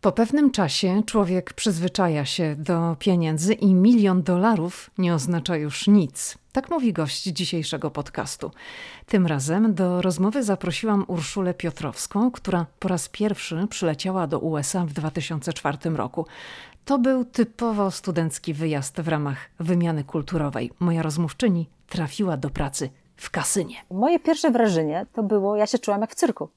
Po pewnym czasie człowiek przyzwyczaja się do pieniędzy i $1 milion nie oznacza już nic. Tak mówi gość dzisiejszego podcastu. Tym razem do rozmowy zaprosiłam Urszulę Piotrowską, która po raz pierwszy przyleciała do USA w 2004 roku. To był typowo studencki wyjazd w ramach wymiany kulturowej. Moja rozmówczyni trafiła do pracy w kasynie. Moje pierwsze wrażenie to było, ja się czułam jak w cyrku.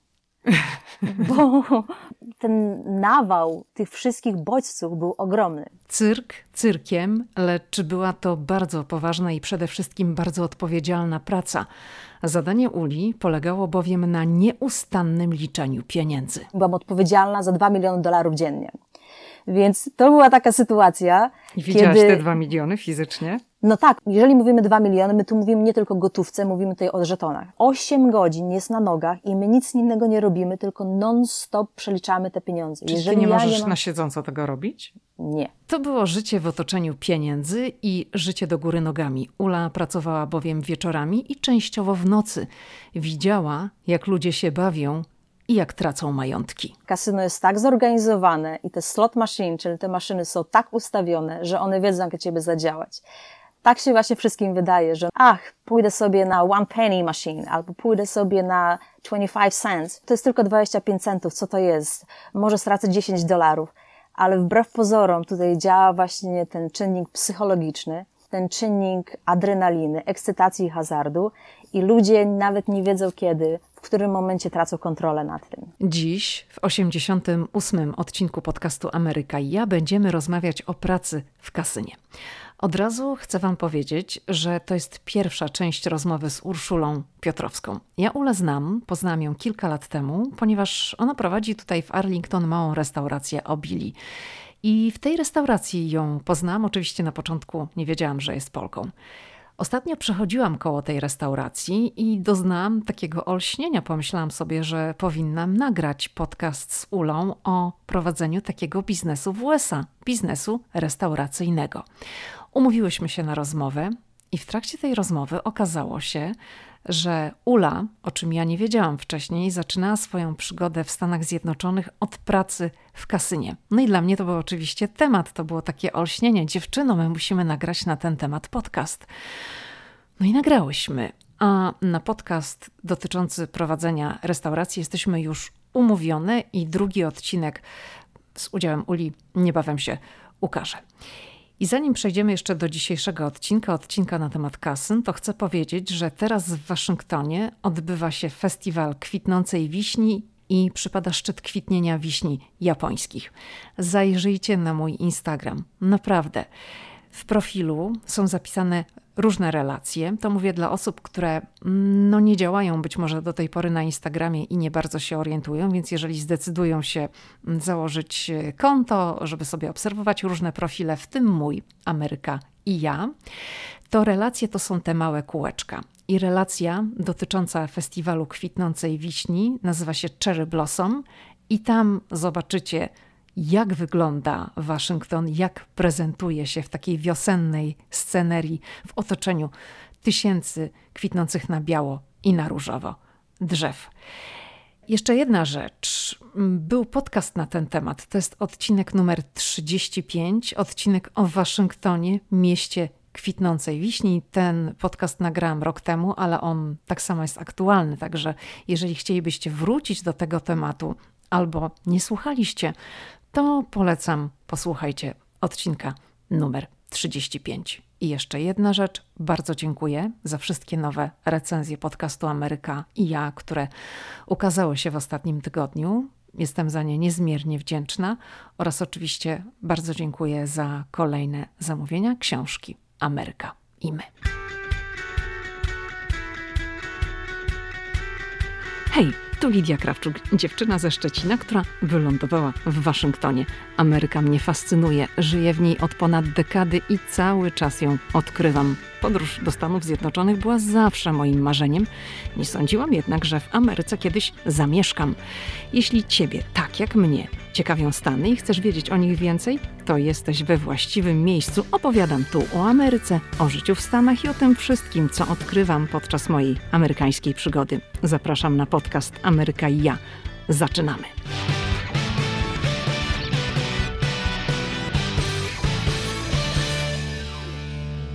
Bo ten nawał tych wszystkich bodźców był ogromny. Cyrk cyrkiem, lecz była to bardzo poważna i przede wszystkim bardzo odpowiedzialna praca. Zadanie Uli polegało bowiem na nieustannym liczeniu pieniędzy. Byłam odpowiedzialna za $2 miliony dziennie. Więc to była taka sytuacja, I widziałaś te 2 miliony fizycznie? No tak, jeżeli mówimy 2 miliony, my tu mówimy nie tylko o gotówce, mówimy tutaj o żetonach. 8 godzin jest na nogach i my nic innego nie robimy, tylko non-stop przeliczamy te pieniądze. Czy ty nie możesz na siedząco tego robić? Nie. To było życie w otoczeniu pieniędzy i życie do góry nogami. Ula pracowała bowiem wieczorami i częściowo w nocy. Widziała, jak ludzie się bawią i jak tracą majątki. Kasyno jest tak zorganizowane i te slot machine, czyli te maszyny są tak ustawione, że one wiedzą, jak ciebie zadziałać. Tak się właśnie wszystkim wydaje, że pójdę sobie na 1 penny machine albo pójdę sobie na 25 cents. To jest tylko 25 centów, co to jest? Może stracę $10. Ale wbrew pozorom tutaj działa właśnie ten czynnik psychologiczny, ten czynnik adrenaliny, ekscytacji i hazardu i ludzie nawet nie wiedzą kiedy, w którym momencie tracą kontrolę nad tym. Dziś w 88. odcinku podcastu Ameryka i ja będziemy rozmawiać o pracy w kasynie. Od razu chcę wam powiedzieć, że to jest pierwsza część rozmowy z Urszulą Piotrowską. Ja Ulę poznałam ją kilka lat temu, ponieważ ona prowadzi tutaj w Arlington małą restaurację o Billy. I w tej restauracji ją poznałam. Oczywiście na początku nie wiedziałam, że jest Polką. Ostatnio przechodziłam koło tej restauracji i doznałam takiego olśnienia. Pomyślałam sobie, że powinnam nagrać podcast z Ulą o prowadzeniu takiego biznesu w USA, biznesu restauracyjnego. Umówiłyśmy się na rozmowę i w trakcie tej rozmowy okazało się, że Ula, o czym ja nie wiedziałam wcześniej, zaczynała swoją przygodę w Stanach Zjednoczonych od pracy w kasynie. No i dla mnie to był oczywiście temat, to było takie olśnienie. Dziewczyno, my musimy nagrać na ten temat podcast. No i nagrałyśmy. A na podcast dotyczący prowadzenia restauracji jesteśmy już umówione i drugi odcinek z udziałem Uli niebawem się ukaże. I zanim przejdziemy jeszcze do dzisiejszego odcinka na temat kasyn, to chcę powiedzieć, że teraz w Waszyngtonie odbywa się festiwal kwitnącej wiśni i przypada szczyt kwitnienia wiśni japońskich. Zajrzyjcie na mój Instagram. Naprawdę. W profilu są zapisane różne relacje. To mówię dla osób, które nie działają być może do tej pory na Instagramie i nie bardzo się orientują, więc jeżeli zdecydują się założyć konto, żeby sobie obserwować różne profile, w tym mój, Ameryka i ja, to relacje to są te małe kółeczka. I relacja dotycząca festiwalu kwitnącej wiśni nazywa się Cherry Blossom i tam zobaczycie, jak wygląda Waszyngton, jak prezentuje się w takiej wiosennej scenerii w otoczeniu tysięcy kwitnących na biało i na różowo drzew. Jeszcze jedna rzecz. Był podcast na ten temat. To jest odcinek numer 35, odcinek o Waszyngtonie, mieście kwitnącej wiśni. Ten podcast nagrałam rok temu, ale on tak samo jest aktualny. Także jeżeli chcielibyście wrócić do tego tematu albo nie słuchaliście, to polecam, posłuchajcie odcinka numer 35. I jeszcze jedna rzecz, bardzo dziękuję za wszystkie nowe recenzje podcastu Ameryka i ja, które ukazały się w ostatnim tygodniu. Jestem za nie niezmiernie wdzięczna oraz oczywiście bardzo dziękuję za kolejne zamówienia książki Ameryka i my. Hej! Tu Lidia Krawczuk, dziewczyna ze Szczecina, która wylądowała w Waszyngtonie. Ameryka mnie fascynuje, żyję w niej od ponad dekady i cały czas ją odkrywam. Podróż do Stanów Zjednoczonych była zawsze moim marzeniem. Nie sądziłam jednak, że w Ameryce kiedyś zamieszkam. Jeśli ciebie, tak jak mnie, ciekawią Stany i chcesz wiedzieć o nich więcej, to jesteś we właściwym miejscu. Opowiadam tu o Ameryce, o życiu w Stanach i o tym wszystkim, co odkrywam podczas mojej amerykańskiej przygody. Zapraszam na podcast Ameryka i ja. Zaczynamy.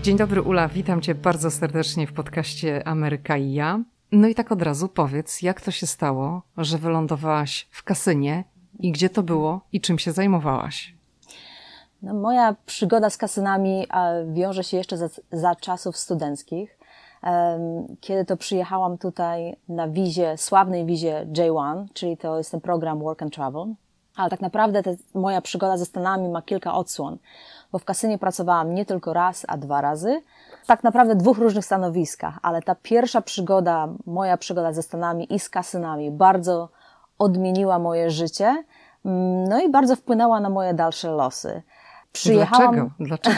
Dzień dobry, Ula, witam Cię bardzo serdecznie w podcaście Ameryka i ja. No i tak od razu powiedz, jak to się stało, że wylądowałaś w kasynie i gdzie to było i czym się zajmowałaś? No, moja przygoda z kasynami wiąże się jeszcze za czasów studenckich, kiedy to przyjechałam tutaj na wizie, sławnej wizie J1, czyli to jest ten program Work and Travel. Ale tak naprawdę moja przygoda ze Stanami ma kilka odsłon, bo w kasynie pracowałam nie tylko raz, a 2 razy. Tak naprawdę 2 różnych stanowiskach, ale ta pierwsza przygoda, moja przygoda ze Stanami i z kasynami bardzo odmieniła moje życie, no i bardzo wpłynęła na moje dalsze losy. Dlaczego?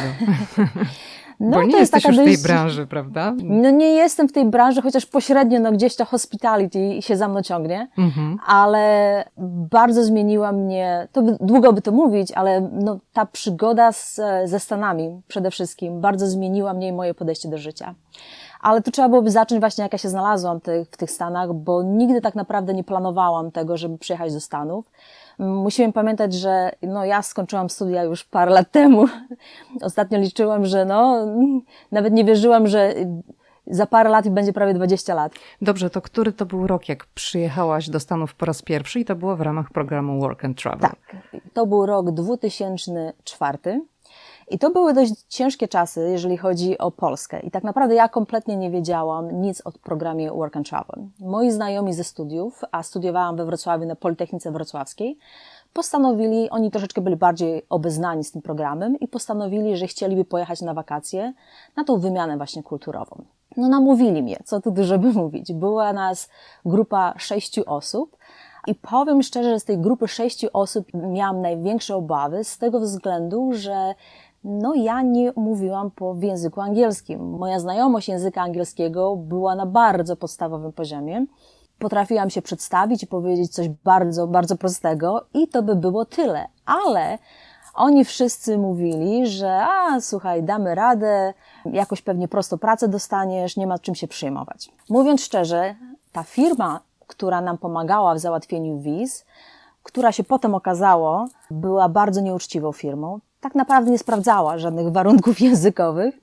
No, bo nie jesteś już w tej branży, prawda? No nie jestem w tej branży, chociaż pośrednio gdzieś to hospitality się za mną ciągnie, ale bardzo zmieniła mnie, długo by to mówić, ale ta przygoda ze Stanami przede wszystkim bardzo zmieniła mnie i moje podejście do życia. Ale tu trzeba byłoby zacząć właśnie, jak ja się znalazłam w tych Stanach, bo nigdy tak naprawdę nie planowałam tego, żeby przyjechać do Stanów. Musimy pamiętać, że ja skończyłam studia już parę lat temu. Ostatnio liczyłam, że nawet nie wierzyłam, że za parę lat i będzie prawie 20 lat. Dobrze, to który to był rok, jak przyjechałaś do Stanów po raz pierwszy i to było w ramach programu Work and Travel? Tak, to był rok 2004. I to były dość ciężkie czasy, jeżeli chodzi o Polskę. I tak naprawdę ja kompletnie nie wiedziałam nic o programie Work and Travel. Moi znajomi ze studiów, a studiowałam we Wrocławiu na Politechnice Wrocławskiej, postanowili, oni troszeczkę byli bardziej obeznani z tym programem i postanowili, że chcieliby pojechać na wakacje, na tą wymianę właśnie kulturową. Namówili mnie, co tu dużo by mówić. Była nas grupa 6 osób. I powiem szczerze, że z tej grupy 6 osób miałam największe obawy z tego względu, że ja nie mówiłam w języku angielskim. Moja znajomość języka angielskiego była na bardzo podstawowym poziomie. Potrafiłam się przedstawić i powiedzieć coś bardzo, bardzo prostego i to by było tyle. Ale oni wszyscy mówili, że słuchaj, damy radę, jakoś pewnie prosto pracę dostaniesz, nie ma czym się przejmować. Mówiąc szczerze, ta firma, która nam pomagała w załatwieniu wiz, która się potem okazało, była bardzo nieuczciwą firmą. Tak naprawdę nie sprawdzała żadnych warunków językowych,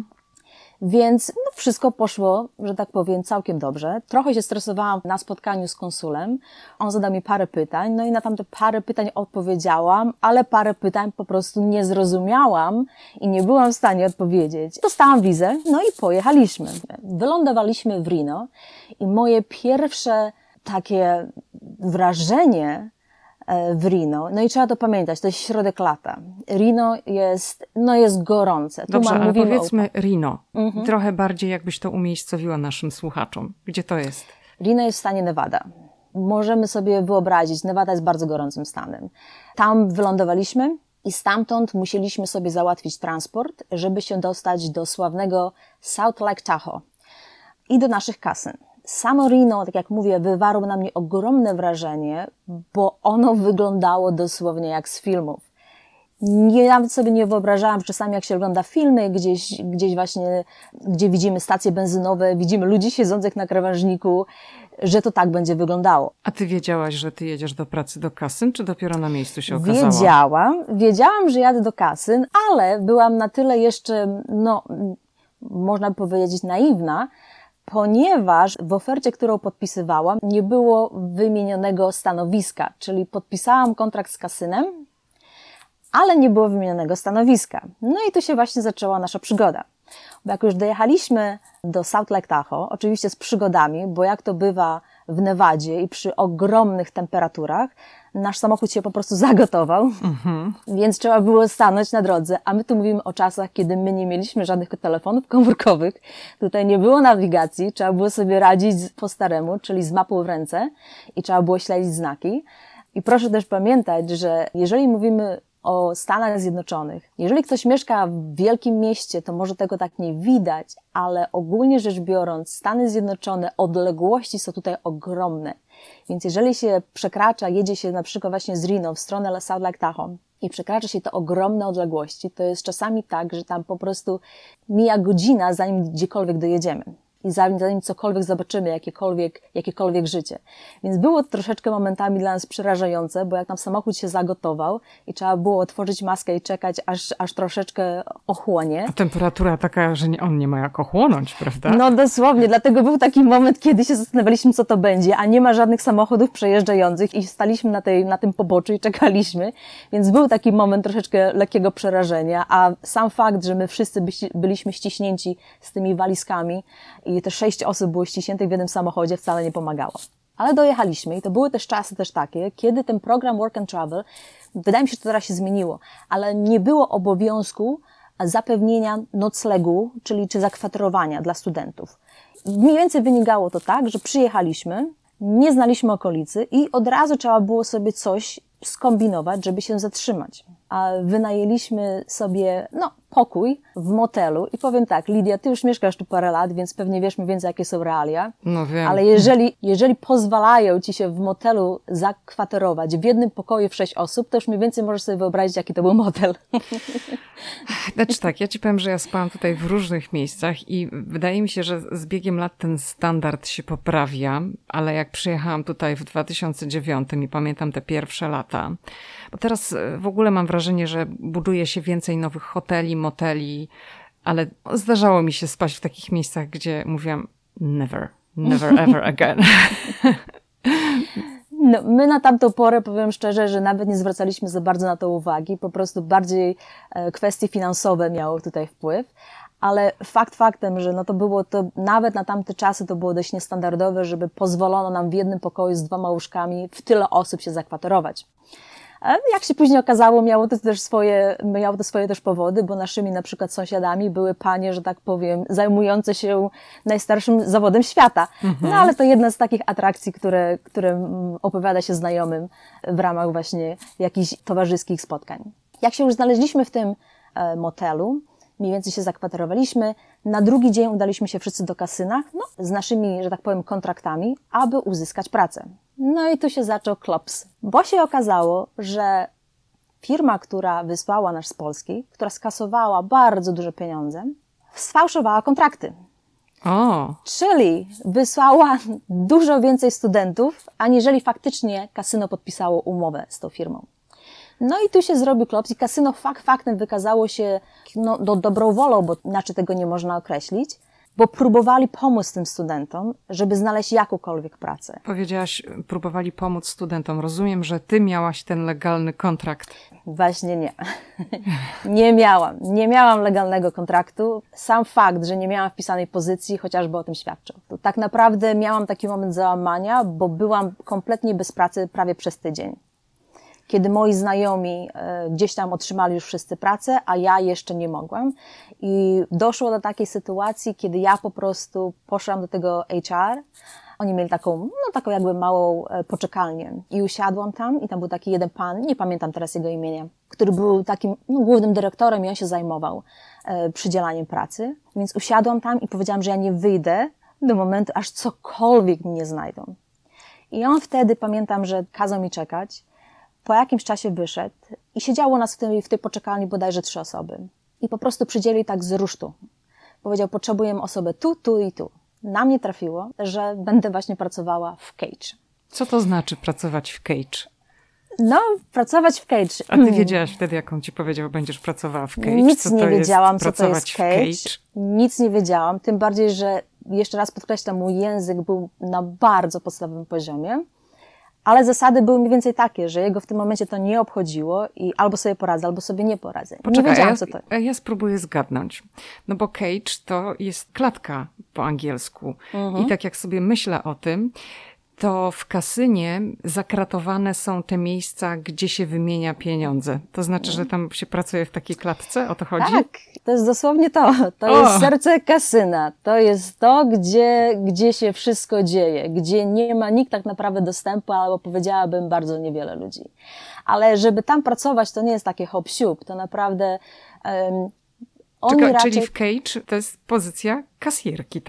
więc wszystko poszło, że tak powiem, całkiem dobrze. Trochę się stresowałam na spotkaniu z konsulem. On zadał mi parę pytań, i na tamte parę pytań odpowiedziałam, ale parę pytań po prostu nie zrozumiałam i nie byłam w stanie odpowiedzieć. Dostałam wizę, i pojechaliśmy. Wylądowaliśmy w Reno i moje pierwsze takie wrażenie w Reno, i trzeba to pamiętać, to jest środek lata. Reno jest gorące. Dobrze, ale powiedzmy Reno. Trochę bardziej jakbyś to umiejscowiła naszym słuchaczom. Gdzie to jest? Reno jest w stanie Nevada. Możemy sobie wyobrazić, Nevada jest bardzo gorącym stanem. Tam wylądowaliśmy i stamtąd musieliśmy sobie załatwić transport, żeby się dostać do sławnego South Lake Tahoe i do naszych kasyn. Samo Reno, tak jak mówię, wywarło na mnie ogromne wrażenie, bo ono wyglądało dosłownie jak z filmów. Nawet sobie nie wyobrażałam, że czasami jak się ogląda filmy gdzieś właśnie, gdzie widzimy stacje benzynowe, widzimy ludzi siedzących na krawężniku, że to tak będzie wyglądało. A ty wiedziałaś, że ty jedziesz do pracy do kasyn, czy dopiero na miejscu się okazało? Wiedziałam, że jadę do kasyn, ale byłam na tyle jeszcze, można by powiedzieć naiwna, ponieważ w ofercie, którą podpisywałam, nie było wymienionego stanowiska, czyli podpisałam kontrakt z kasynem, ale nie było wymienionego stanowiska. I tu się właśnie zaczęła nasza przygoda. Bo jak już dojechaliśmy do South Lake Tahoe, oczywiście z przygodami, bo jak to bywa w Nevadzie i przy ogromnych temperaturach, nasz samochód się po prostu zagotował, więc trzeba było stanąć na drodze, a my tu mówimy o czasach, kiedy my nie mieliśmy żadnych telefonów komórkowych, tutaj nie było nawigacji, trzeba było sobie radzić po staremu, czyli z mapą w ręce i trzeba było śledzić znaki. I proszę też pamiętać, że jeżeli mówimy o Stanach Zjednoczonych. Jeżeli ktoś mieszka w wielkim mieście, to może tego tak nie widać, ale ogólnie rzecz biorąc, Stany Zjednoczone, odległości są tutaj ogromne. Więc jeżeli się przekracza, jedzie się na przykład właśnie z Reno w stronę South Lake Tahoe i przekracza się te ogromne odległości, to jest czasami tak, że tam po prostu mija godzina, zanim gdziekolwiek dojedziemy. i zanim cokolwiek zobaczymy, jakiekolwiek życie. Więc było to troszeczkę momentami dla nas przerażające, bo jak nam samochód się zagotował i trzeba było otworzyć maskę i czekać, aż troszeczkę ochłonie. A temperatura taka, że on nie ma jak ochłonąć, prawda? No dosłownie, dlatego był taki moment, kiedy się zastanawialiśmy, co to będzie, a nie ma żadnych samochodów przejeżdżających i staliśmy na tym poboczu i czekaliśmy, więc był taki moment troszeczkę lekkiego przerażenia, a sam fakt, że my wszyscy byliśmy ściśnięci z tymi walizkami i te 6 osób było ściśniętych w jednym samochodzie, wcale nie pomagało. Ale dojechaliśmy i to były też czasy takie, kiedy ten program Work and Travel, wydaje mi się, że to teraz się zmieniło, ale nie było obowiązku zapewnienia noclegu, czy zakwaterowania dla studentów. Mniej więcej wynikało to tak, że przyjechaliśmy, nie znaliśmy okolicy i od razu trzeba było sobie coś skombinować, żeby się zatrzymać. A wynajęliśmy sobie, pokój w motelu i powiem tak, Lidia, ty już mieszkasz tu parę lat, więc pewnie wiesz mniej więcej, jakie są realia. No wiem. Ale jeżeli pozwalają ci się w motelu zakwaterować w jednym pokoju w 6 osób, to już mniej więcej możesz sobie wyobrazić, jaki to był motel. Znaczy tak, ja ci powiem, że ja spałam tutaj w różnych miejscach i wydaje mi się, że z biegiem lat ten standard się poprawia, ale jak przyjechałam tutaj w 2009 i pamiętam te pierwsze lata, bo teraz w ogóle mam wrażenie, że buduje się więcej nowych hoteli, moteli, ale zdarzało mi się spać w takich miejscach, gdzie mówiłam never ever again. No, my na tamtą porę, powiem szczerze, że nawet nie zwracaliśmy za bardzo na to uwagi, po prostu bardziej kwestie finansowe miało tutaj wpływ, ale faktem, że to było to, nawet na tamte czasy to było dość niestandardowe, żeby pozwolono nam w jednym pokoju z 2 łóżkami w tyle osób się zakwaterować. Jak się później okazało, miało to swoje też powody, bo naszymi na przykład sąsiadami były panie, że tak powiem, zajmujące się najstarszym zawodem świata. No ale to jedna z takich atrakcji, które opowiada się znajomym w ramach właśnie jakichś towarzyskich spotkań. Jak się już znaleźliśmy w tym motelu, mniej więcej się zakwaterowaliśmy, na drugi dzień udaliśmy się wszyscy do kasyna, z naszymi, że tak powiem, kontraktami, aby uzyskać pracę. No i tu się zaczął klops, bo się okazało, że firma, która wysłała nas z Polski, która skasowała bardzo duże pieniądze, sfałszowała kontrakty. O. Czyli wysłała dużo więcej studentów, aniżeli faktycznie kasyno podpisało umowę z tą firmą. No i tu się zrobił klops i kasyno faktem wykazało się dobrą wolą, bo inaczej tego nie można określić, bo próbowali pomóc tym studentom, żeby znaleźć jakąkolwiek pracę. Powiedziałaś, próbowali pomóc studentom. Rozumiem, że ty miałaś ten legalny kontrakt. Właśnie nie. Nie miałam legalnego kontraktu. Sam fakt, że nie miałam wpisanej pozycji, chociażby o tym świadczył. To tak naprawdę miałam taki moment załamania, bo byłam kompletnie bez pracy prawie przez tydzień. Kiedy moi znajomi gdzieś tam otrzymali już wszyscy pracę, a ja jeszcze nie mogłam. I doszło do takiej sytuacji, kiedy ja po prostu poszłam do tego HR. Oni mieli taką jakby małą poczekalnię. I usiadłam tam i tam był taki jeden pan, nie pamiętam teraz jego imienia, który był takim głównym dyrektorem i on się zajmował przydzielaniem pracy. Więc usiadłam tam i powiedziałam, że ja nie wyjdę do momentu, aż cokolwiek mnie znajdą. I on wtedy, pamiętam, że kazał mi czekać. Po jakimś czasie wyszedł i siedziało nas w tej poczekalni bodajże 3 osoby. I po prostu przydzielił tak z rusztu. Powiedział, potrzebujemy osobę tu i tu. Na mnie trafiło, że będę właśnie pracowała w Cage. Co to znaczy pracować w Cage? No, pracować w Cage. A ty wiedziałaś wtedy, jak on ci powiedział, będziesz pracowała w Cage? Nic nie wiedziałam, co to jest Cage. Nic nie wiedziałam, tym bardziej, że jeszcze raz podkreślam, mój język był na bardzo podstawowym poziomie. Ale zasady były mniej więcej takie, że jego w tym momencie to nie obchodziło i albo sobie poradzę, albo sobie nie poradzę. Poczekaj, nie wiedziałam, co to jest. Ja spróbuję zgadnąć. No bo cage to jest klatka po angielsku. I tak jak sobie myślę o tym, to w kasynie zakratowane są te miejsca, gdzie się wymienia pieniądze. To znaczy, że tam się pracuje w takiej klatce? O to chodzi? Tak, to jest dosłownie to. To jest serce kasyna. To jest to, gdzie się wszystko dzieje, gdzie nie ma nikt tak naprawdę dostępu, albo powiedziałabym bardzo niewiele ludzi. Ale żeby tam pracować, to nie jest takie hop-siup. To naprawdę... Czyli w Cage to jest pozycja kasjerki, tak?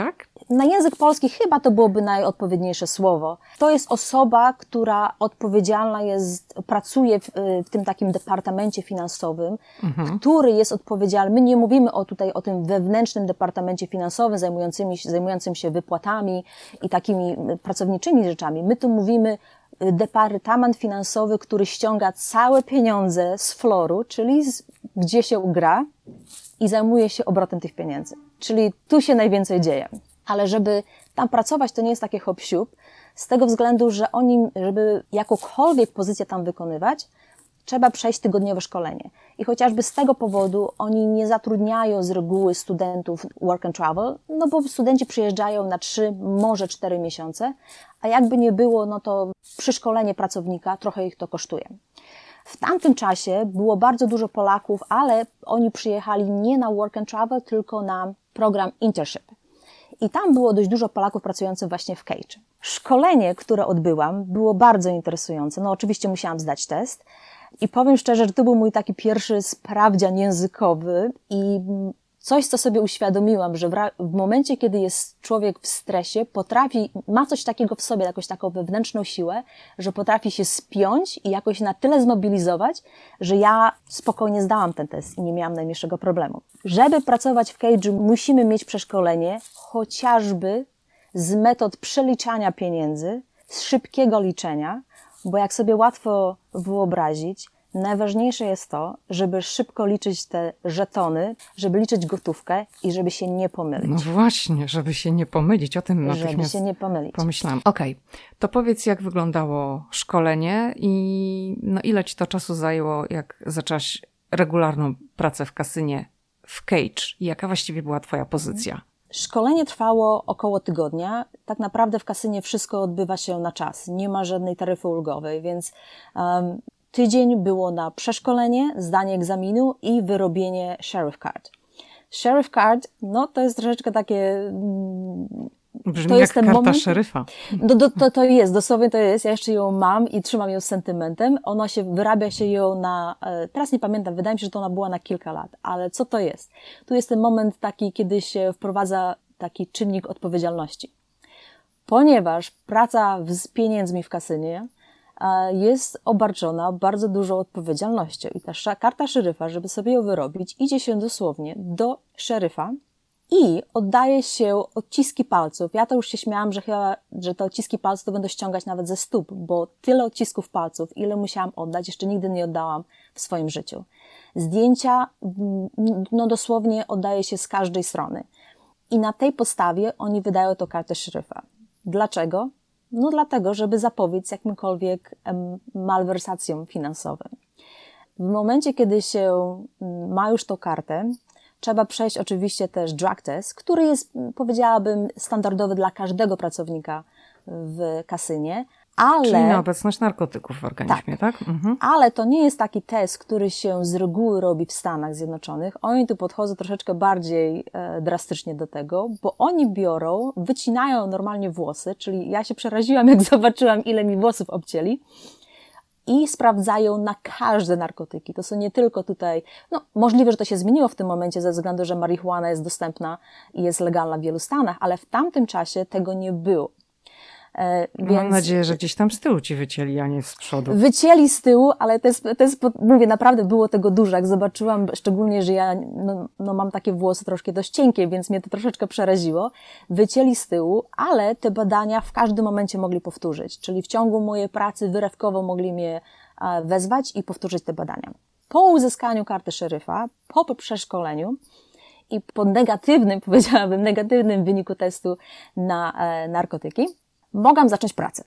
Na język polski chyba to byłoby najodpowiedniejsze słowo. To jest osoba, która odpowiedzialna jest, pracuje w tym takim departamencie finansowym, który jest odpowiedzialny. My nie mówimy tutaj o tym wewnętrznym departamencie finansowym zajmującym się wypłatami i takimi pracowniczymi rzeczami. My tu mówimy departament finansowy, który ściąga całe pieniądze z floru, czyli gdzie się gra i zajmuje się obrotem tych pieniędzy. Czyli tu się najwięcej dzieje. Ale żeby tam pracować, to nie jest takie hop-siup, z tego względu, że żeby jakąkolwiek pozycję tam wykonywać, trzeba przejść tygodniowe szkolenie. I chociażby z tego powodu oni nie zatrudniają z reguły studentów work and travel, no bo studenci przyjeżdżają na 3, może 4 miesiące, a jakby nie było, no to przeszkolenie pracownika trochę ich to kosztuje. W tamtym czasie było bardzo dużo Polaków, ale oni przyjechali nie na work and travel, tylko na program internship. I tam było dość dużo Polaków pracujących właśnie w Cage. Szkolenie, które odbyłam, było bardzo interesujące. No oczywiście musiałam zdać test i powiem szczerze, że to był mój taki pierwszy sprawdzian językowy i coś, co sobie uświadomiłam, że w momencie, kiedy jest człowiek w stresie, ma coś takiego w sobie, jakąś taką wewnętrzną siłę, że potrafi się spiąć i jakoś na tyle zmobilizować, że ja spokojnie zdałam ten test i nie miałam najmniejszego problemu. Żeby pracować w Cage'u, musimy mieć przeszkolenie chociażby z metod przeliczania pieniędzy, z szybkiego liczenia, bo jak sobie łatwo wyobrazić, najważniejsze jest to, żeby szybko liczyć te żetony, żeby liczyć gotówkę i żeby się nie pomylić. No właśnie, żeby się nie pomylić. O tym natychmiast żeby się nie pomylić. Pomyślałam. Okej, to powiedz, jak wyglądało szkolenie i ile ci to czasu zajęło, jak zaczęłaś regularną pracę w kasynie w Cage? I jaka właściwie była twoja pozycja? Szkolenie trwało około tygodnia. Tak naprawdę w kasynie wszystko odbywa się na czas. Nie ma żadnej taryfy ulgowej, więc tydzień było na przeszkolenie, zdanie egzaminu i wyrobienie Sheriff Card. Sheriff Card, no to jest troszeczkę takie... Brzmi to jak karta szeryfa. Dosłownie to jest. Ja jeszcze ją mam i trzymam ją z sentymentem. Wyrabia się ją teraz nie pamiętam, wydaje mi się, że to ona była na kilka lat. Ale co to jest? Tu jest ten moment taki, kiedy się wprowadza taki czynnik odpowiedzialności. Ponieważ praca z pieniędzmi w kasynie jest obarczona bardzo dużą odpowiedzialnością. I ta karta szeryfa, żeby sobie ją wyrobić, idzie się dosłownie do szeryfa i oddaje się odciski palców. Ja to już się śmiałam, że te odciski palców to będę ściągać nawet ze stóp, bo tyle odcisków palców, ile musiałam oddać, jeszcze nigdy nie oddałam w swoim życiu. Zdjęcia, no dosłownie oddaje się z każdej strony. I na tej podstawie oni wydają tą kartę szeryfa. Dlaczego? No dlatego, żeby zapobiec jakimkolwiek malwersacjom finansowym. W momencie, kiedy się ma już tą kartę, trzeba przejść oczywiście też drug test, który jest, powiedziałabym, standardowy dla każdego pracownika w kasynie, ale... Czyli na obecność narkotyków w organizmie, tak? Mhm. Ale to nie jest taki test, który się z reguły robi w Stanach Zjednoczonych. Oni tu podchodzą troszeczkę bardziej drastycznie do tego, bo oni wycinają normalnie włosy, czyli ja się przeraziłam, jak zobaczyłam, ile mi włosów obcięli, i sprawdzają na każde narkotyki. To są nie tylko tutaj, możliwe, że to się zmieniło w tym momencie ze względu, że marihuana jest dostępna i jest legalna w wielu stanach, ale w tamtym czasie tego nie było. Więc mam nadzieję, że gdzieś tam z tyłu ci wycięli, a nie z przodu. Wycięli z tyłu, ale mówię, naprawdę było tego dużo. Jak zobaczyłam, szczególnie, że ja mam takie włosy troszkę dość cienkie, więc mnie to troszeczkę przeraziło. Wycięli z tyłu, ale te badania w każdym momencie mogli powtórzyć. Czyli w ciągu mojej pracy wyrywkowo mogli mnie wezwać i powtórzyć te badania. Po uzyskaniu karty szeryfa, po przeszkoleniu i po negatywnym wyniku testu na narkotyki, mogłam zacząć pracę.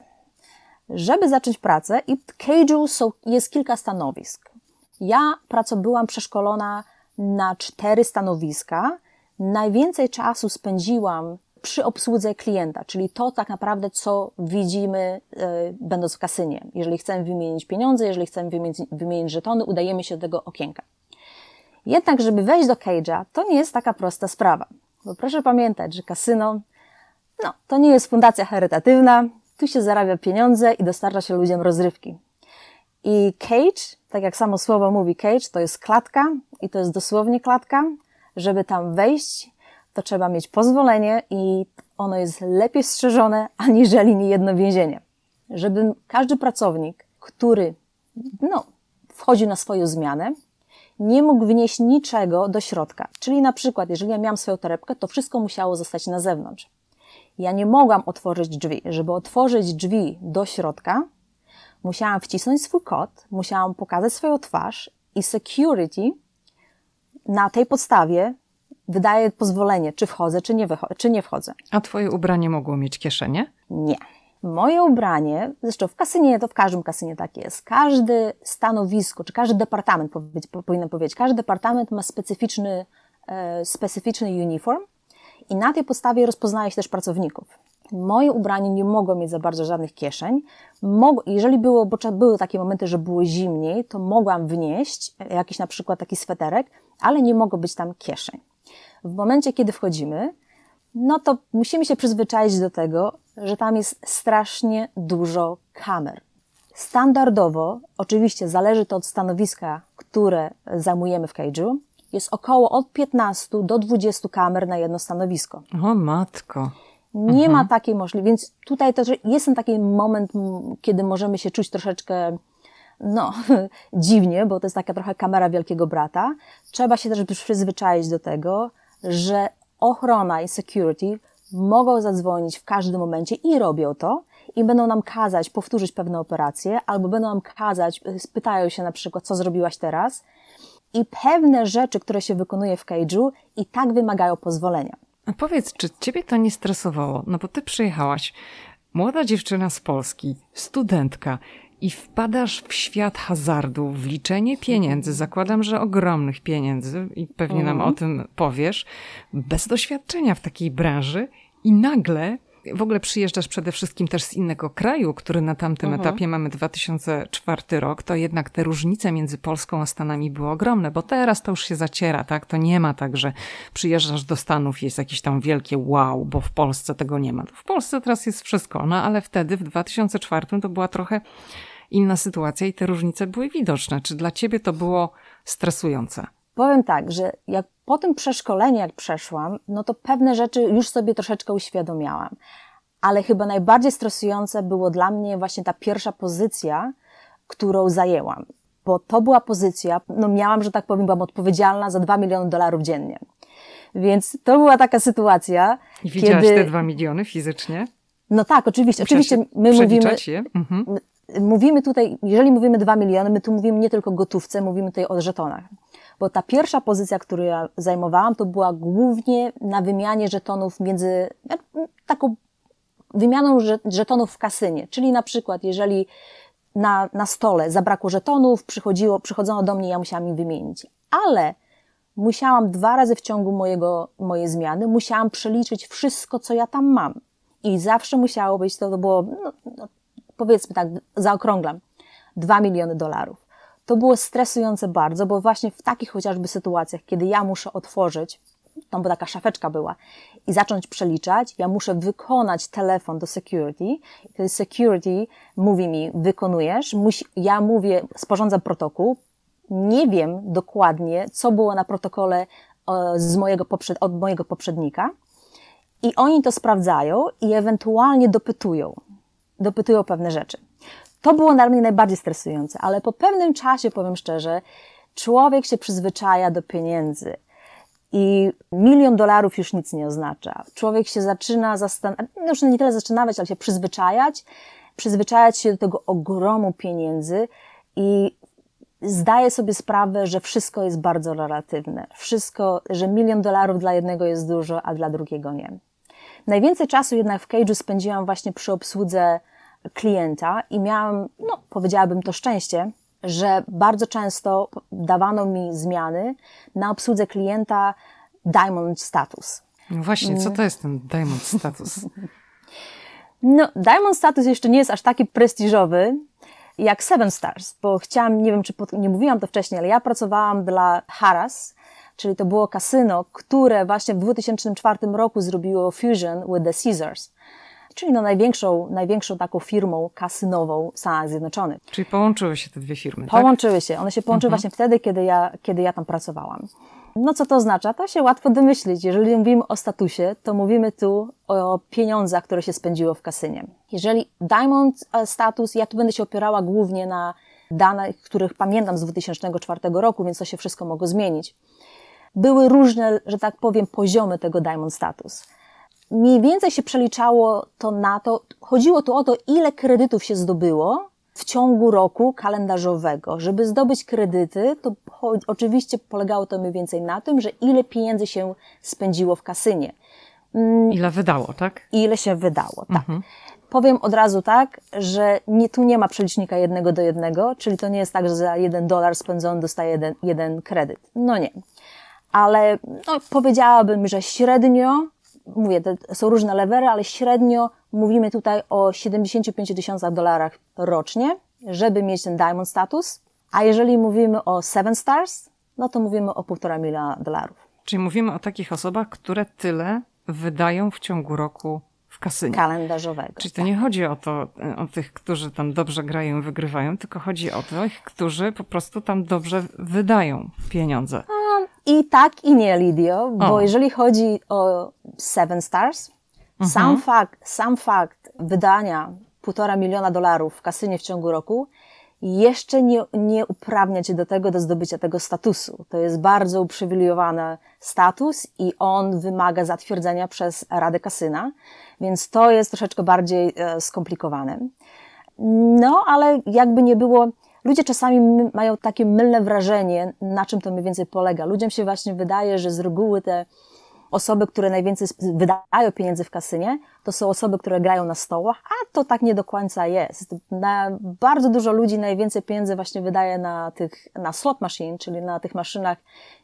Żeby zacząć pracę, i w Cage'u jest kilka stanowisk. Ja byłam przeszkolona na 4 stanowiska. Najwięcej czasu spędziłam przy obsłudze klienta, czyli to tak naprawdę, co widzimy będąc w kasynie. Jeżeli chcemy wymienić pieniądze, jeżeli chcemy wymienić żetony, udajemy się do tego okienka. Jednak, żeby wejść do Cage'a, to nie jest taka prosta sprawa. Bo proszę pamiętać, że kasyno to nie jest fundacja charytatywna, tu się zarabia pieniądze i dostarcza się ludziom rozrywki. I Cage, tak jak samo słowo mówi Cage, to jest klatka i to jest dosłownie klatka. Żeby tam wejść, to trzeba mieć pozwolenie i ono jest lepiej strzeżone aniżeli niejedno więzienie. Żeby każdy pracownik, który wchodził na swoją zmianę, nie mógł wnieść niczego do środka. Czyli na przykład, jeżeli ja miałam swoją torebkę, to wszystko musiało zostać na zewnątrz. Ja nie mogłam otworzyć drzwi. Żeby otworzyć drzwi do środka, musiałam wcisnąć swój kod, musiałam pokazać swoją twarz i security na tej podstawie wydaje pozwolenie, czy wchodzę, czy nie wchodzę. A twoje ubranie mogło mieć kieszenie? Nie. Moje ubranie, zresztą w kasynie, to w każdym kasynie tak jest, każde stanowisko, czy każdy departament, powinnam powiedzieć, każdy departament ma specyficzny uniform i na tej podstawie rozpoznaje się też pracowników. Moje ubranie nie mogło mieć za bardzo żadnych kieszeń. Jeżeli było, bo były takie momenty, że było zimniej, to mogłam wnieść jakiś na przykład taki sweterek, ale nie mogło być tam kieszeń. W momencie, kiedy wchodzimy, no to musimy się przyzwyczaić do tego, że tam jest strasznie dużo kamer. Standardowo, oczywiście zależy to od stanowiska, które zajmujemy w cage'u, jest około od 15 do 20 kamer na jedno stanowisko. O matko. Nie ma takiej możliwości, więc tutaj też jest ten taki moment, kiedy możemy się czuć troszeczkę dziwnie, bo to jest taka trochę kamera Wielkiego Brata. Trzeba się też przyzwyczaić do tego, że ochrona i security mogą zadzwonić w każdym momencie i robią to i będą nam kazać powtórzyć pewne operacje albo będą nam kazać, spytają się na przykład, co zrobiłaś teraz i pewne rzeczy, które się wykonuje w cage'u i tak wymagają pozwolenia. A powiedz, czy ciebie to nie stresowało? No bo ty przyjechałaś, młoda dziewczyna z Polski, studentka i wpadasz w świat hazardu, w liczenie pieniędzy, zakładam, że ogromnych pieniędzy i pewnie nam o tym powiesz, bez doświadczenia w takiej branży i nagle w ogóle przyjeżdżasz przede wszystkim też z innego kraju, który na tamtym etapie mamy 2004 rok, to jednak te różnice między Polską a Stanami były ogromne, bo teraz to już się zaciera, tak? To nie ma tak, że przyjeżdżasz do Stanów i jest jakieś tam wielkie wow, bo w Polsce tego nie ma. W Polsce teraz jest wszystko, no ale wtedy w 2004 to była trochę inna sytuacja i te różnice były widoczne. Czy dla ciebie to było stresujące? Powiem tak, że jak po tym przeszkoleniu, jak przeszłam, no to pewne rzeczy już sobie troszeczkę uświadomiałam. Ale chyba najbardziej stresujące było dla mnie właśnie ta pierwsza pozycja, którą zajęłam. Bo to była pozycja, miałam, że tak powiem, byłam odpowiedzialna za $2 miliony dziennie. Więc to była taka sytuacja, I widziałaś te 2 miliony fizycznie? No tak, oczywiście. Oczywiście my mówimy tutaj, jeżeli mówimy 2 miliony, my tu mówimy nie tylko o gotówce, mówimy tutaj o żetonach. Bo ta pierwsza pozycja, którą ja zajmowałam, to była głównie na wymianie żetonów taką wymianą żetonów w kasynie. Czyli na przykład, jeżeli na stole zabrakło żetonów, przychodzono do mnie, ja musiałam im wymienić. Ale musiałam 2 razy w ciągu mojej zmiany, musiałam przeliczyć wszystko, co ja tam mam. I zawsze musiało być, to było, powiedzmy tak, zaokrąglam, $2 miliony. To było stresujące bardzo, bo właśnie w takich chociażby sytuacjach, kiedy ja muszę otworzyć, tam bo taka szafeczka była, i zacząć przeliczać, ja muszę wykonać telefon do security, kiedy security mówi mi, wykonujesz, ja mówię, sporządzam protokół, nie wiem dokładnie, co było na protokole od mojego poprzednika i oni to sprawdzają i ewentualnie dopytują pewne rzeczy. To było dla mnie najbardziej stresujące, ale po pewnym czasie, powiem szczerze, człowiek się przyzwyczaja do pieniędzy i $1 milion już nic nie oznacza. Człowiek się zaczyna już nie tyle zastanawiać, ale się przyzwyczajać się do tego ogromu pieniędzy i zdaje sobie sprawę, że wszystko jest bardzo relatywne. Że $1 milion dla jednego jest dużo, a dla drugiego nie. Najwięcej czasu jednak w cage'u spędziłam właśnie przy obsłudze klienta i miałam, powiedziałabym to szczęście, że bardzo często dawano mi zmiany na obsłudze klienta Diamond Status. No właśnie, co to jest ten Diamond Status? Diamond Status jeszcze nie jest aż taki prestiżowy jak 7 Stars, bo nie wiem, czy nie mówiłam to wcześniej, ale ja pracowałam dla Harrah's, czyli to było kasyno, które właśnie w 2004 roku zrobiło fusion with the Caesars. czyli największą taką firmą kasynową w Stanach Zjednoczonych. Czyli połączyły się te dwie firmy, Połączyły się. One się połączyły właśnie wtedy, kiedy ja tam pracowałam. No co to oznacza? To się łatwo domyślić. Jeżeli mówimy o statusie, to mówimy tu o pieniądzach, które się spędziło w kasynie. Jeżeli Diamond status, ja tu będę się opierała głównie na danych, których pamiętam z 2004 roku, więc to się wszystko mogło zmienić. Były różne, że tak powiem, poziomy tego Diamond status. Mniej więcej się przeliczało to na to, chodziło tu o to, ile kredytów się zdobyło w ciągu roku kalendarzowego. Żeby zdobyć kredyty, to oczywiście polegało to mniej więcej na tym, że ile pieniędzy się spędziło w kasynie. Ile wydało, tak? Ile się wydało, tak. Powiem od razu tak, że tu nie ma przelicznika 1:1, czyli to nie jest tak, że za $1 spędzony dostaje jeden kredyt. No nie. Ale powiedziałabym, że średnio, mówię, to są różne levery, ale średnio mówimy tutaj o $75,000 rocznie, żeby mieć ten Diamond status. A jeżeli mówimy o 7 Stars, no to mówimy o $1,5 miliona. Czyli mówimy o takich osobach, które tyle wydają w ciągu roku w kasynie. Kalendarzowego. Czyli to nie chodzi o tych, którzy tam dobrze grają i wygrywają, tylko chodzi o tych, którzy po prostu tam dobrze wydają pieniądze. I tak, i nie, Lidio, bo jeżeli chodzi o 7 Stars, sam fakt wydania $1,5 miliona w kasynie w ciągu roku jeszcze nie uprawnia cię do tego, do zdobycia tego statusu. To jest bardzo uprzywilejowany status i on wymaga zatwierdzenia przez Radę Kasyna, więc to jest troszeczkę bardziej skomplikowane. No, ale jakby nie było, ludzie czasami mają takie mylne wrażenie, na czym to mniej więcej polega. Ludziom się właśnie wydaje, że z reguły te osoby, które najwięcej wydają pieniędzy w kasynie, to są osoby, które grają na stołach, a to tak nie do końca jest. Bardzo dużo ludzi najwięcej pieniędzy właśnie wydaje na slot machine, czyli na tych maszynach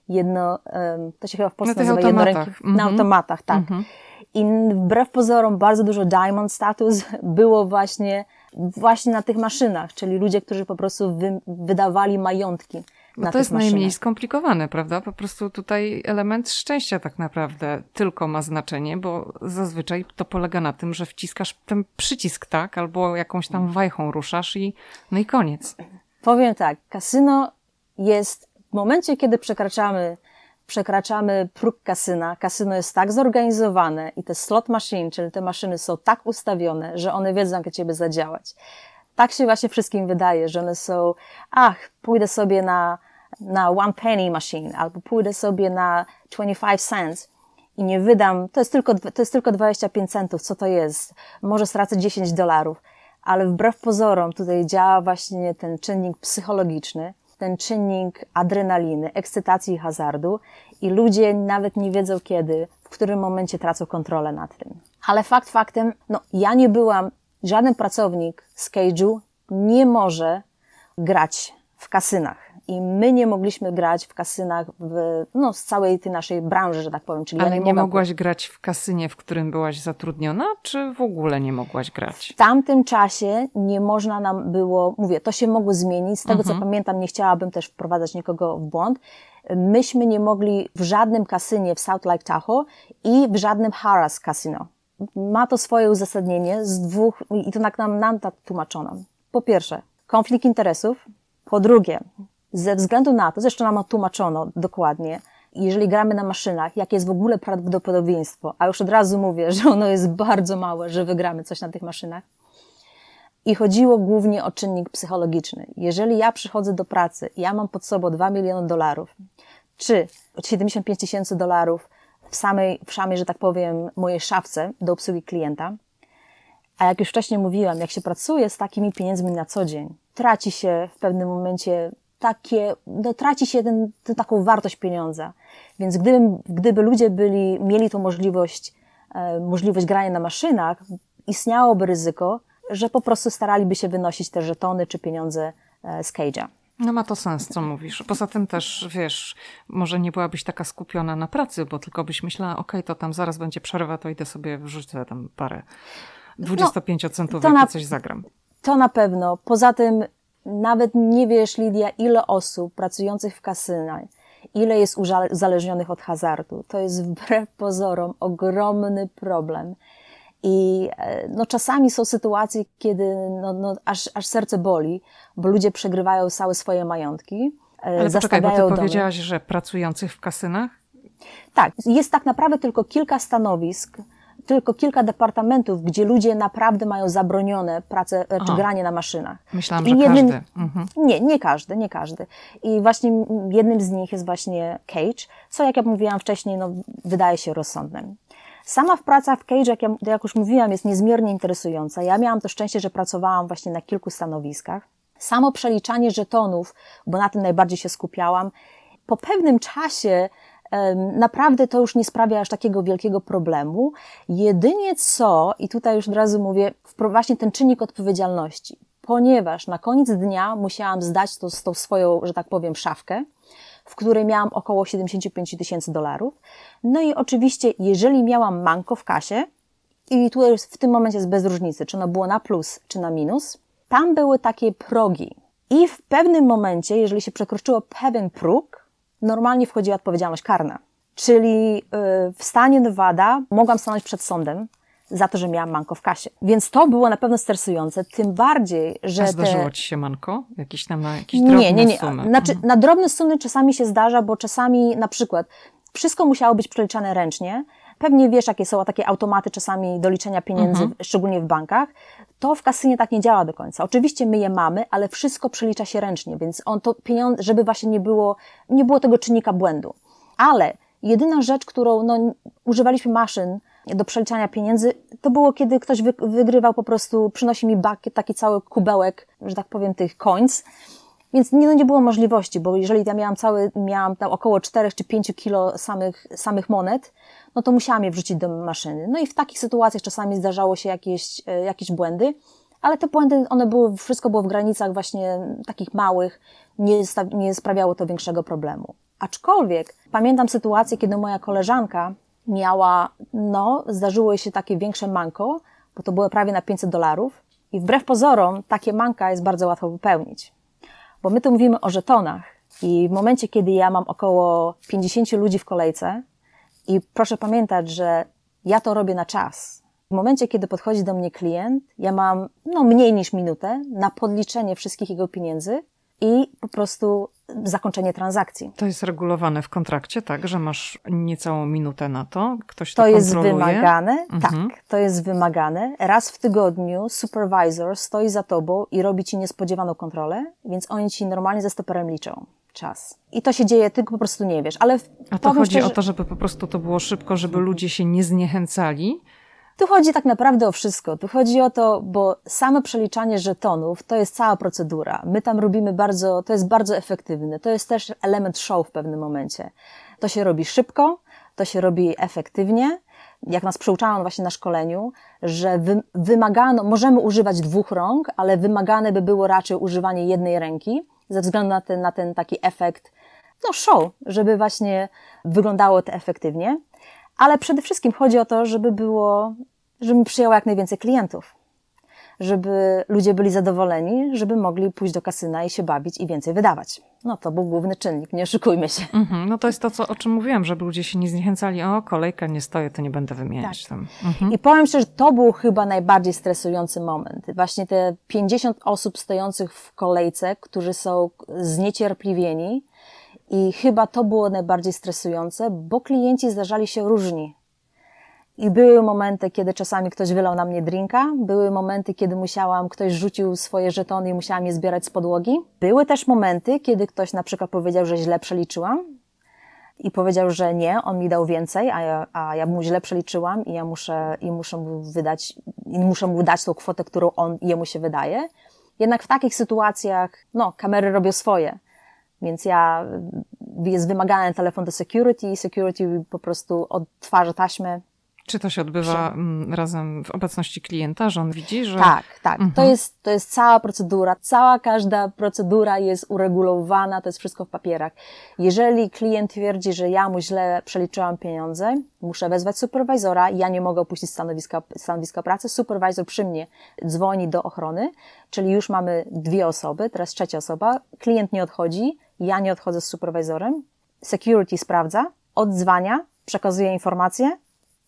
to się chyba w Polsce nazywa jednoręki. Na automatach, tak. I wbrew pozorom bardzo dużo Diamond status było właśnie na tych maszynach, czyli ludzie, którzy po prostu wydawali majątki. Bo to jest najmniej skomplikowane, prawda? Po prostu tutaj element szczęścia tak naprawdę tylko ma znaczenie, bo zazwyczaj to polega na tym, że wciskasz ten przycisk, tak? Albo jakąś tam wajchą ruszasz i koniec. Powiem tak, kasyno jest w momencie, kiedy przekraczamy próg kasyno jest tak zorganizowane i te slot machine, czyli te maszyny są tak ustawione, że one wiedzą, jak ciebie zadziałać. Tak się właśnie wszystkim wydaje, że one są, pójdę sobie na one penny machine, albo pójdę sobie na 25 cents i nie wydam, to jest tylko 25 centów, co to jest? Może stracę $10, ale wbrew pozorom tutaj działa właśnie ten czynnik psychologiczny, ten czynnik adrenaliny, ekscytacji i hazardu i ludzie nawet nie wiedzą w którym momencie tracą kontrolę nad tym. Ale faktem, ja nie byłam, żaden pracownik z Cage'u nie może grać w kasynach. I my nie mogliśmy grać w kasynach z całej tej naszej branży, że tak powiem. Czyli ale nie mogłaś grać w kasynie, w którym byłaś zatrudniona, czy w ogóle nie mogłaś grać? W tamtym czasie nie można nam było, to się mogło zmienić. Z tego co pamiętam, nie chciałabym też wprowadzać nikogo w błąd. Myśmy nie mogli w żadnym kasynie w South Lake Tahoe i w żadnym Harrah's Casino. Ma to swoje uzasadnienie z dwóch, i to nam tak tłumaczono. Po pierwsze, konflikt interesów. Po drugie, ze względu na to, zresztą nam tłumaczono dokładnie, jeżeli gramy na maszynach, jakie jest w ogóle prawdopodobieństwo, a już od razu mówię, że ono jest bardzo małe, że wygramy coś na tych maszynach. I chodziło głównie o czynnik psychologiczny. Jeżeli ja przychodzę do pracy i ja mam pod sobą $2 miliony, czy $75,000 w samej, że tak powiem, mojej szafce do obsługi klienta, a jak już wcześniej mówiłam, jak się pracuje z takimi pieniędzmi na co dzień, traci się w pewnym momencie traci się taką wartość pieniądza. Więc gdyby ludzie mieli tą możliwość grania na maszynach, istniałoby ryzyko, że po prostu staraliby się wynosić te żetony czy pieniądze z Cage'a. No ma to sens, co mówisz. Poza tym też, może nie byłabyś taka skupiona na pracy, bo tylko byś myślała, to tam zaraz będzie przerwa, to idę sobie wrzucę tam parę 25-centówek i coś zagram. To na pewno. Poza tym nawet nie wiesz, Lidia, ile osób pracujących w kasynach, ile jest uzależnionych od hazardu. To jest wbrew pozorom ogromny problem. I no, czasami są sytuacje, kiedy aż serce boli, bo ludzie przegrywają całe swoje majątki. Ale poczekaj, bo ty powiedziałaś, że pracujących w kasynach? Tak, jest tak naprawdę tylko kilka stanowisk, tylko kilka departamentów, gdzie ludzie naprawdę mają zabronione pracę czy granie na maszynach. Myślałam, że każdy. Nie każdy. I właśnie jednym z nich jest właśnie Cage, co jak ja mówiłam wcześniej, no, wydaje się rozsądne. Sama praca w Cage, jak już mówiłam, jest niezmiernie interesująca. Ja miałam to szczęście, że pracowałam właśnie na kilku stanowiskach. Samo przeliczanie żetonów, bo na tym najbardziej się skupiałam, po pewnym czasie naprawdę to już nie sprawia aż takiego wielkiego problemu. Jedynie co, i tutaj już od razu mówię, właśnie ten czynnik odpowiedzialności, ponieważ na koniec dnia musiałam zdać tą swoją, że tak powiem, szafkę, w której miałam około $75,000. No i oczywiście, jeżeli miałam manko w kasie, i tutaj w tym momencie jest bez różnicy, czy ono było na plus, czy na minus, tam były takie progi. I w pewnym momencie, jeżeli się przekroczyło pewien próg, normalnie wchodziła odpowiedzialność karna. Czyli w stanie Nevada mogłam stanąć przed sądem za to, że miałam manko w kasie. Więc to było na pewno stresujące, tym bardziej, że A zdarzyło ci się manko? Jakieś drobne sumy? Znaczy, na drobne sumy czasami się zdarza, bo czasami na przykład wszystko musiało być przeliczane ręcznie. Pewnie wiesz, jakie są takie automaty czasami do liczenia pieniędzy, szczególnie w bankach. To w kasynie tak nie działa do końca. Oczywiście my je mamy, ale wszystko przelicza się ręcznie, więc pieniądze, żeby właśnie nie było tego czynnika błędu. Ale jedyna rzecz, którą używaliśmy maszyn do przeliczania pieniędzy, to było, kiedy ktoś wygrywał po prostu, przynosi mi taki cały kubełek, że tak powiem, tych coins. Więc nie było możliwości, bo jeżeli ja miałam tam około 4 czy 5 kilo samych monet, no to musiałam je wrzucić do maszyny. No i w takich sytuacjach czasami zdarzało się jakieś błędy, ale te błędy, wszystko było w granicach właśnie takich małych, nie sprawiało to większego problemu. Aczkolwiek pamiętam sytuację, kiedy moja koleżanka miała, zdarzyło jej się takie większe manko, bo to było prawie na $500 i wbrew pozorom takie manka jest bardzo łatwo wypełnić. Bo my tu mówimy o żetonach i w momencie, kiedy ja mam około 50 ludzi w kolejce i proszę pamiętać, że ja to robię na czas. W momencie, kiedy podchodzi do mnie klient, ja mam mniej niż minutę na podliczenie wszystkich jego pieniędzy i po prostu zakończenie transakcji. To jest regulowane w kontrakcie, tak? Że masz niecałą minutę na to? Ktoś to kontroluje? Jest wymagane, tak, to jest wymagane. Raz w tygodniu supervisor stoi za tobą i robi ci niespodziewaną kontrolę, więc oni ci normalnie ze stoperem liczą czas. I to się dzieje, ty po prostu nie wiesz. Ale a to chodzi o to, żeby po prostu to było szybko, żeby ludzie się nie zniechęcali? Tu chodzi tak naprawdę o wszystko. Tu chodzi o to, bo same przeliczanie żetonów to jest cała procedura. My tam robimy to jest bardzo efektywne. To jest też element show w pewnym momencie. To się robi szybko, to się robi efektywnie. Jak nas przyuczano właśnie na szkoleniu, że możemy używać 2 rąk, ale wymagane by było raczej używanie jednej ręki, ze względu na ten taki efekt, show, żeby właśnie wyglądało to efektywnie. Ale przede wszystkim chodzi o to, żeby przyjęło jak najwięcej klientów. Żeby ludzie byli zadowoleni, żeby mogli pójść do kasyna i się bawić i więcej wydawać. To był główny czynnik, nie oszukujmy się. No to jest to, o czym mówiłam, żeby ludzie się nie zniechęcali. Kolejka nie stoję, to nie będę wymieniać tak. tam. I powiem szczerze, to był chyba najbardziej stresujący moment. Właśnie te 50 osób stojących w kolejce, którzy są zniecierpliwieni. I chyba to było najbardziej stresujące, bo klienci zdarzali się różni. I były momenty, kiedy czasami ktoś wylał na mnie drinka, były momenty, kiedy ktoś rzucił swoje żetony i musiałam je zbierać z podłogi. Były też momenty, kiedy ktoś na przykład powiedział, że źle przeliczyłam i powiedział, że nie, on mi dał więcej, a ja mu źle przeliczyłam i muszę mu dać tą kwotę, którą jemu się wydaje. Jednak w takich sytuacjach, kamery robią swoje. Więc jest wymagany telefon do security po prostu odtwarza taśmę. Czy to się odbywa razem w obecności klienta, że on widzi, że... Tak. To jest cała procedura. Każda procedura jest uregulowana, to jest wszystko w papierach. Jeżeli klient twierdzi, że ja mu źle przeliczyłam pieniądze, muszę wezwać superwizora, ja nie mogę opuścić stanowiska pracy, superwizor przy mnie dzwoni do ochrony, czyli już mamy 2 osoby, teraz 3. osoba, klient nie odchodzi, ja nie odchodzę z superwizorem, security sprawdza, odzwania, przekazuje informacje,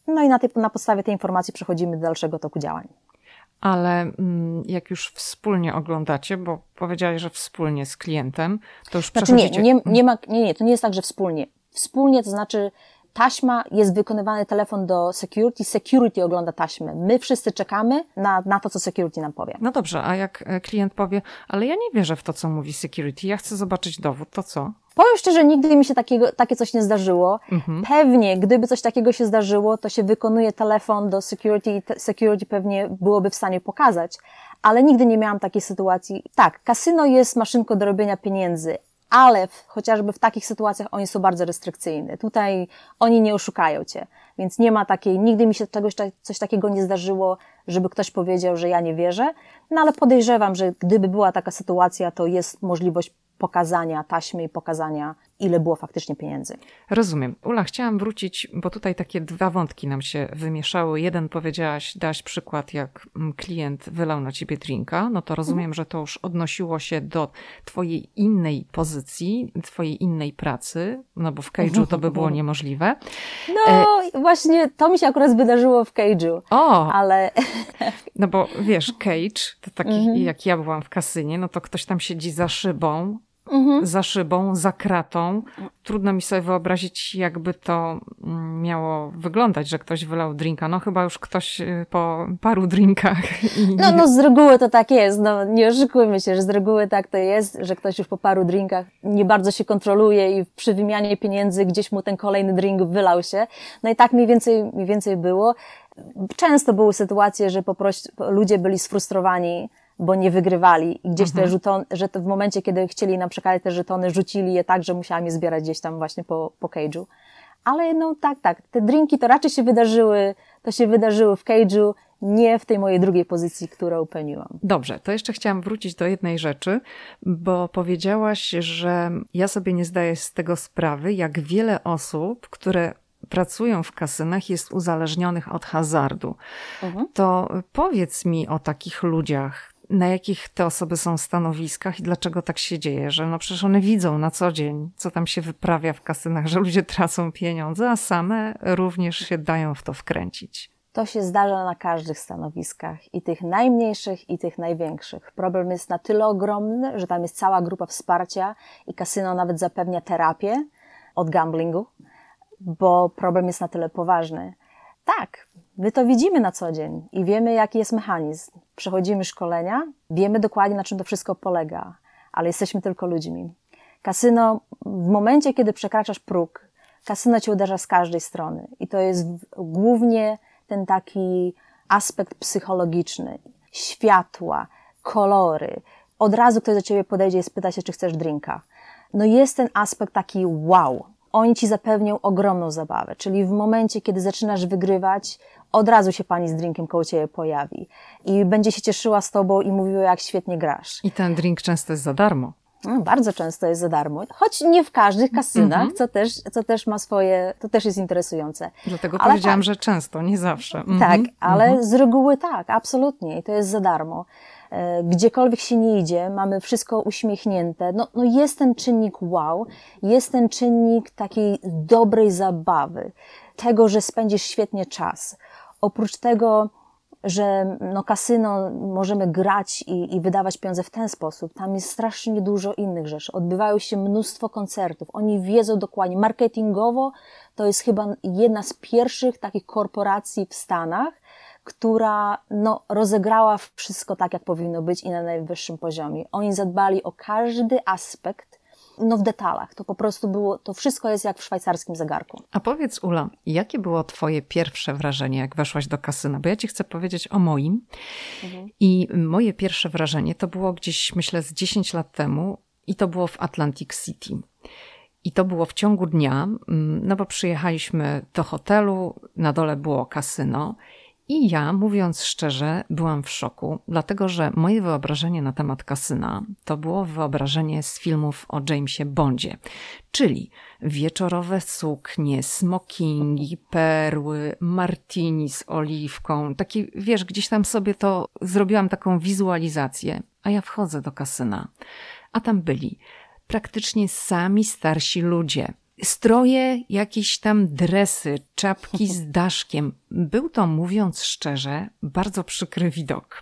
No i na podstawie tej informacji przechodzimy do dalszego toku działań. Ale jak już wspólnie oglądacie, bo powiedziałeś, że wspólnie z klientem, to już przechodzicie... Nie, to nie jest tak, że wspólnie. Wspólnie to znaczy taśma, jest wykonywany telefon do security ogląda taśmę. My wszyscy czekamy na to, co security nam powie. No dobrze, a jak klient powie, ale ja nie wierzę w to, co mówi security, ja chcę zobaczyć dowód, to co? Powiem szczerze, nigdy mi się takie coś nie zdarzyło. Pewnie, gdyby coś takiego się zdarzyło, to się wykonuje telefon do security i security pewnie byłoby w stanie pokazać, ale nigdy nie miałam takiej sytuacji. Tak, kasyno jest maszynką do robienia pieniędzy, ale chociażby w takich sytuacjach oni są bardzo restrykcyjni. Tutaj oni nie oszukają cię, więc nie ma takiej, nigdy mi się coś takiego nie zdarzyło, żeby ktoś powiedział, że ja nie wierzę, no ale podejrzewam, że gdyby była taka sytuacja, to jest możliwość pokazania taśmy i pokazania, ile było faktycznie pieniędzy. Rozumiem. Ula, chciałam wrócić, bo tutaj takie dwa wątki nam się wymieszały. Jeden dałaś przykład, jak klient wylał na ciebie drinka, no to rozumiem, że to już odnosiło się do twojej innej pozycji, twojej innej pracy, no bo w cage'u to by było niemożliwe. No właśnie to mi się akurat wydarzyło w cage'u. Ale... No bo wiesz, cage, to taki jak ja byłam w kasynie, no to ktoś tam siedzi za szybą, za kratą. Trudno mi sobie wyobrazić, jakby to miało wyglądać, że ktoś wylał drinka. No chyba już ktoś po paru drinkach. No z reguły to tak jest. No nie oszukujmy się, że z reguły tak to jest, że ktoś już po paru drinkach nie bardzo się kontroluje i przy wymianie pieniędzy gdzieś mu ten kolejny drink wylał się. No i tak mniej więcej było. Często były sytuacje, że po prostu ludzie byli sfrustrowani, bo nie wygrywali i gdzieś te żetony, że to w momencie, kiedy chcieli nam przekazać te żetony, rzucili je tak, że musiałam je zbierać gdzieś tam właśnie po cage'u. Ale no tak, te drinki to raczej się wydarzyły w cage'u, nie w tej mojej drugiej pozycji, którą pełniłam. Dobrze, to jeszcze chciałam wrócić do jednej rzeczy, bo powiedziałaś, że ja sobie nie zdaję z tego sprawy, jak wiele osób, które pracują w kasynach, jest uzależnionych od hazardu. To powiedz mi o takich ludziach, na jakich te osoby są stanowiskach i dlaczego tak się dzieje, że no przecież one widzą na co dzień, co tam się wyprawia w kasynach, że ludzie tracą pieniądze, a same również się dają w to wkręcić. To się zdarza na każdych stanowiskach, i tych najmniejszych, i tych największych. Problem jest na tyle ogromny, że tam jest cała grupa wsparcia i kasyno nawet zapewnia terapię od gamblingu, bo problem jest na tyle poważny. Tak, my to widzimy na co dzień i wiemy, jaki jest mechanizm. Przechodzimy szkolenia, wiemy dokładnie, na czym to wszystko polega, ale jesteśmy tylko ludźmi. Kasyno, w momencie, kiedy przekraczasz próg, kasyno cię uderza z każdej strony i to jest głównie ten taki aspekt psychologiczny, światła, kolory. Od razu ktoś do ciebie podejdzie i spyta się, czy chcesz drinka. No jest ten aspekt taki wow. Oni ci zapewnią ogromną zabawę, czyli w momencie, kiedy zaczynasz wygrywać, od razu się pani z drinkiem koło ciebie pojawi i będzie się cieszyła z tobą i mówiła, jak świetnie grasz. I ten drink często jest za darmo. No, bardzo często jest za darmo, choć nie w każdych kasynach, co też ma swoje, to też jest interesujące. Dlatego powiedziałam, że często, nie zawsze. Tak, ale z reguły tak, absolutnie, i to jest za darmo. Gdziekolwiek się nie idzie, mamy wszystko uśmiechnięte. No jest ten czynnik wow, jest ten czynnik takiej dobrej zabawy, tego, że spędzisz świetnie czas. Oprócz tego, że kasyno możemy grać i wydawać pieniądze w ten sposób, tam jest strasznie dużo innych rzeczy. Odbywają się mnóstwo koncertów. Oni wiedzą dokładnie. Marketingowo to jest chyba jedna z pierwszych takich korporacji w Stanach, która rozegrała wszystko tak, jak powinno być i na najwyższym poziomie. Oni zadbali o każdy aspekt, w detalach. To po prostu było, to wszystko jest jak w szwajcarskim zegarku. A powiedz, Ula, jakie było twoje pierwsze wrażenie, jak weszłaś do kasyna? Bo ja ci chcę powiedzieć o moim. I moje pierwsze wrażenie to było gdzieś, myślę, z 10 lat temu i to było w Atlantic City. I to było w ciągu dnia, bo przyjechaliśmy do hotelu, na dole było kasyno. I ja, mówiąc szczerze, byłam w szoku, dlatego że moje wyobrażenie na temat kasyna to było wyobrażenie z filmów o Jamesie Bondzie, czyli wieczorowe suknie, smokingi, perły, martini z oliwką. Taki, wiesz, gdzieś tam sobie to zrobiłam taką wizualizację, a ja wchodzę do kasyna, a tam byli praktycznie sami starsi ludzie. Stroje, jakieś tam dresy, czapki z daszkiem. Był to, mówiąc szczerze, bardzo przykry widok.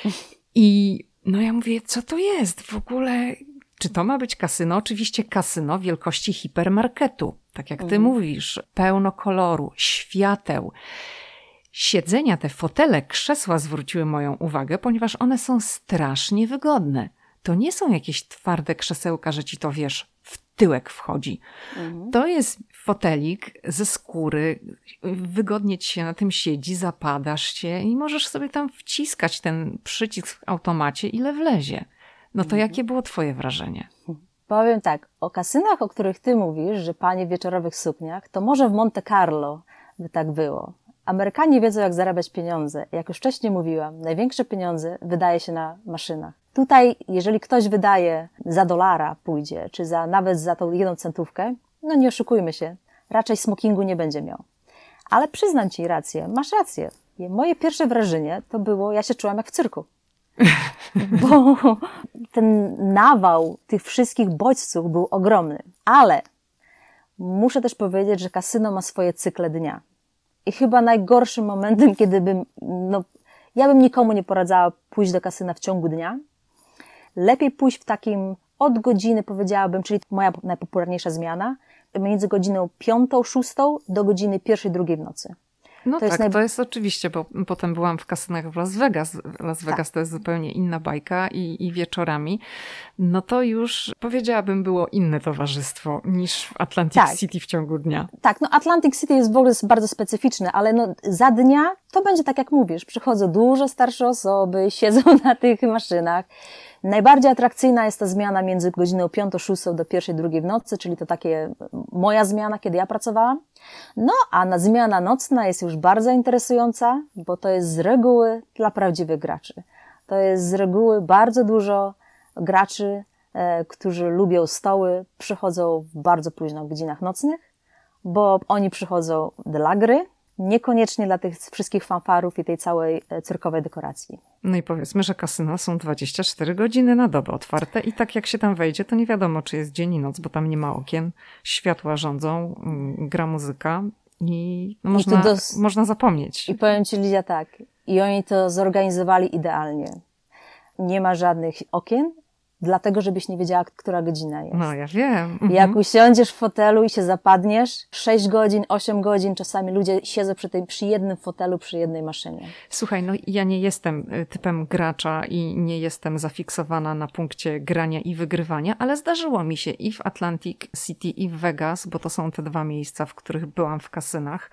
I no ja mówię, co to jest w ogóle? Czy to ma być kasyno? Oczywiście kasyno wielkości hipermarketu. Tak jak ty mówisz, pełno koloru, świateł. Siedzenia, te fotele, krzesła zwróciły moją uwagę, ponieważ one są strasznie wygodne. To nie są jakieś twarde krzesełka, że ci to, wiesz, w tyłek wchodzi. To jest fotelik ze skóry, wygodnie ci się na tym siedzi, zapadasz się i możesz sobie tam wciskać ten przycisk w automacie, ile wlezie. No to jakie było twoje wrażenie? Powiem tak, o kasynach, o których ty mówisz, że panie w wieczorowych sukniach, to może w Monte Carlo by tak było. Amerykanie wiedzą, jak zarabiać pieniądze. Jak już wcześniej mówiłam, największe pieniądze wydaje się na maszynach. Tutaj, jeżeli ktoś wydaje za $1 pójdzie, czy nawet za tą 1 centówkę, no nie oszukujmy się, raczej smokingu nie będzie miał. Ale przyznam ci rację, masz rację. Moje pierwsze wrażenie to było, ja się czułam jak w cyrku. Bo ten nawał tych wszystkich bodźców był ogromny. Ale muszę też powiedzieć, że kasyno ma swoje cykle dnia. I chyba najgorszym momentem, kiedy ja bym nikomu nie poradzała pójść do kasyna w ciągu dnia. Lepiej pójść w takim od godziny, powiedziałabym, czyli moja najpopularniejsza zmiana, między godziną 5, 6 do godziny 1, 2 w nocy. No to jest oczywiście, bo potem byłam w kasynach w Las Vegas. Las Vegas to jest zupełnie inna bajka i wieczorami. No to już powiedziałabym było inne towarzystwo niż w Atlantic City w ciągu dnia. Tak, no Atlantic City jest w ogóle bardzo specyficzny, ale no za dnia to będzie tak jak mówisz. Przychodzą dużo starsze osoby, siedzą na tych maszynach. Najbardziej atrakcyjna jest ta zmiana między godziną 5, 6 do 1, 2 w nocy, czyli to takie moja zmiana, kiedy ja pracowałam. No, a zmiana nocna jest już bardzo interesująca, bo to jest z reguły dla prawdziwych graczy. To jest z reguły bardzo dużo graczy, którzy lubią stoły, przychodzą w bardzo późno godzinach nocnych, bo oni przychodzą dla gry, niekoniecznie dla tych wszystkich fanfarów i tej całej cyrkowej dekoracji. No i powiedzmy, że kasyna są 24 godziny na dobę otwarte i tak jak się tam wejdzie, to nie wiadomo, czy jest dzień i noc, bo tam nie ma okien, światła rządzą, gra muzyka i no można zapomnieć. I powiem ci, Lidia, tak, i oni to zorganizowali idealnie. Nie ma żadnych okien, dlatego żebyś nie wiedziała, która godzina jest. No ja wiem. Jak usiądziesz w fotelu i się zapadniesz, 6 godzin, 8 godzin, czasami ludzie siedzą przy jednym fotelu, przy jednej maszynie. Słuchaj, no ja nie jestem typem gracza i nie jestem zafiksowana na punkcie grania i wygrywania, ale zdarzyło mi się i w Atlantic City, i w Vegas, bo to są te 2 miejsca, w których byłam w kasynach,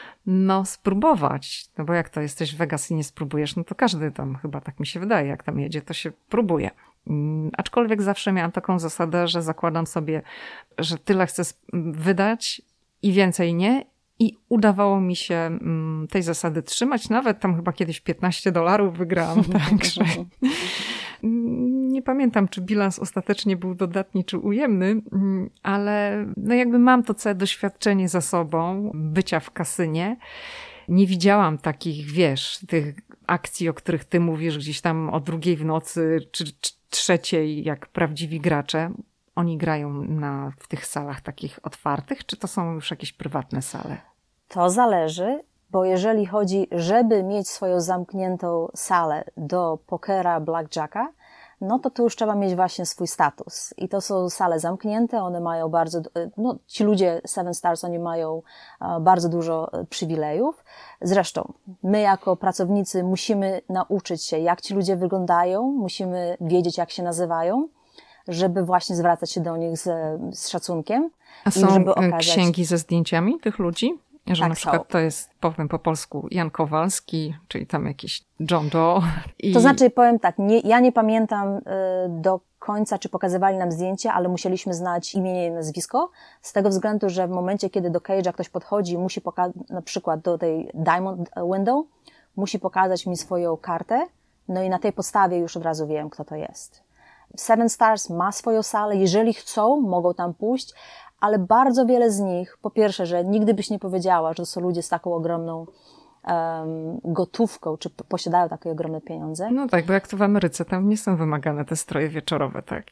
no spróbować. No bo jak to jesteś w Vegas i nie spróbujesz, no to każdy tam, chyba tak mi się wydaje, jak tam jedzie, to się próbuje. Aczkolwiek zawsze miałam taką zasadę, że zakładam sobie, że tyle chcę wydać i więcej nie. I udawało mi się tej zasady trzymać. Nawet tam chyba kiedyś $15 wygrałam. Także nie pamiętam, czy bilans ostatecznie był dodatni, czy ujemny, ale no jakby mam to całe doświadczenie za sobą, bycia w kasynie. Nie widziałam takich, wiesz, tych akcji, o których ty mówisz, gdzieś tam o 2 w nocy, czy 3, jak prawdziwi gracze. Oni grają w tych salach takich otwartych, czy to są już jakieś prywatne sale? To zależy, bo jeżeli chodzi, żeby mieć swoją zamkniętą salę do pokera, blackjacka, no to tu już trzeba mieć właśnie swój status. I to są sale zamknięte, one mają bardzo, no ci ludzie Seven Stars, oni mają bardzo dużo przywilejów. Zresztą my jako pracownicy musimy nauczyć się, jak ci ludzie wyglądają, musimy wiedzieć, jak się nazywają, żeby właśnie zwracać się do nich z szacunkiem. A są żeby księgi ze zdjęciami tych ludzi? Że tak, na przykład to jest, powiem po polsku, Jan Kowalski, czyli tam jakiś John Doe. To znaczy, powiem tak, ja nie pamiętam do końca, czy pokazywali nam zdjęcie, ale musieliśmy znać imię i nazwisko, z tego względu, że w momencie, kiedy do cage'a ktoś podchodzi, musi na przykład do tej Diamond Window, musi pokazać mi swoją kartę, no i na tej podstawie już od razu wiem, kto to jest. Seven Stars ma swoją salę, jeżeli chcą, mogą tam pójść, ale bardzo wiele z nich, po pierwsze, że nigdy byś nie powiedziała, że to są ludzie z taką ogromną gotówką, czy posiadają takie ogromne pieniądze. No tak, bo jak to w Ameryce, tam nie są wymagane te stroje wieczorowe, tak?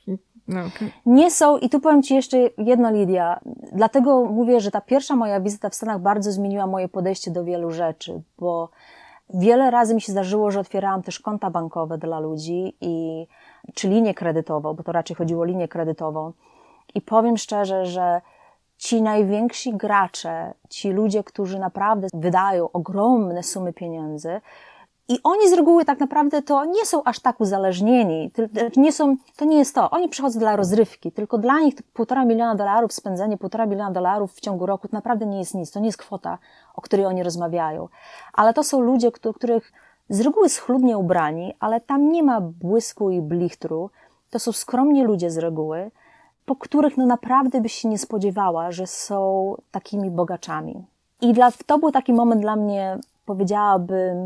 Nie są i tu powiem Ci jeszcze jedno, Lidia. Dlatego mówię, że ta pierwsza moja wizyta w Stanach bardzo zmieniła moje podejście do wielu rzeczy, bo wiele razy mi się zdarzyło, że otwierałam też konta bankowe dla ludzi czy linię kredytową, bo to raczej chodziło o linię kredytową. I powiem szczerze, że ci najwięksi gracze, ci ludzie, którzy naprawdę wydają ogromne sumy pieniędzy, i oni z reguły tak naprawdę to nie są aż tak uzależnieni, to nie jest to. Oni przychodzą dla rozrywki, tylko dla nich $1,5 miliona, spędzenie $1,5 miliona w ciągu roku to naprawdę nie jest nic, to nie jest kwota, o której oni rozmawiają. Ale to są ludzie, których z reguły schludnie ubrani, ale tam nie ma błysku i blichtru. To są skromni ludzie z reguły, po których no naprawdę byś się nie spodziewała, że są takimi bogaczami. I to był taki moment dla mnie, powiedziałabym,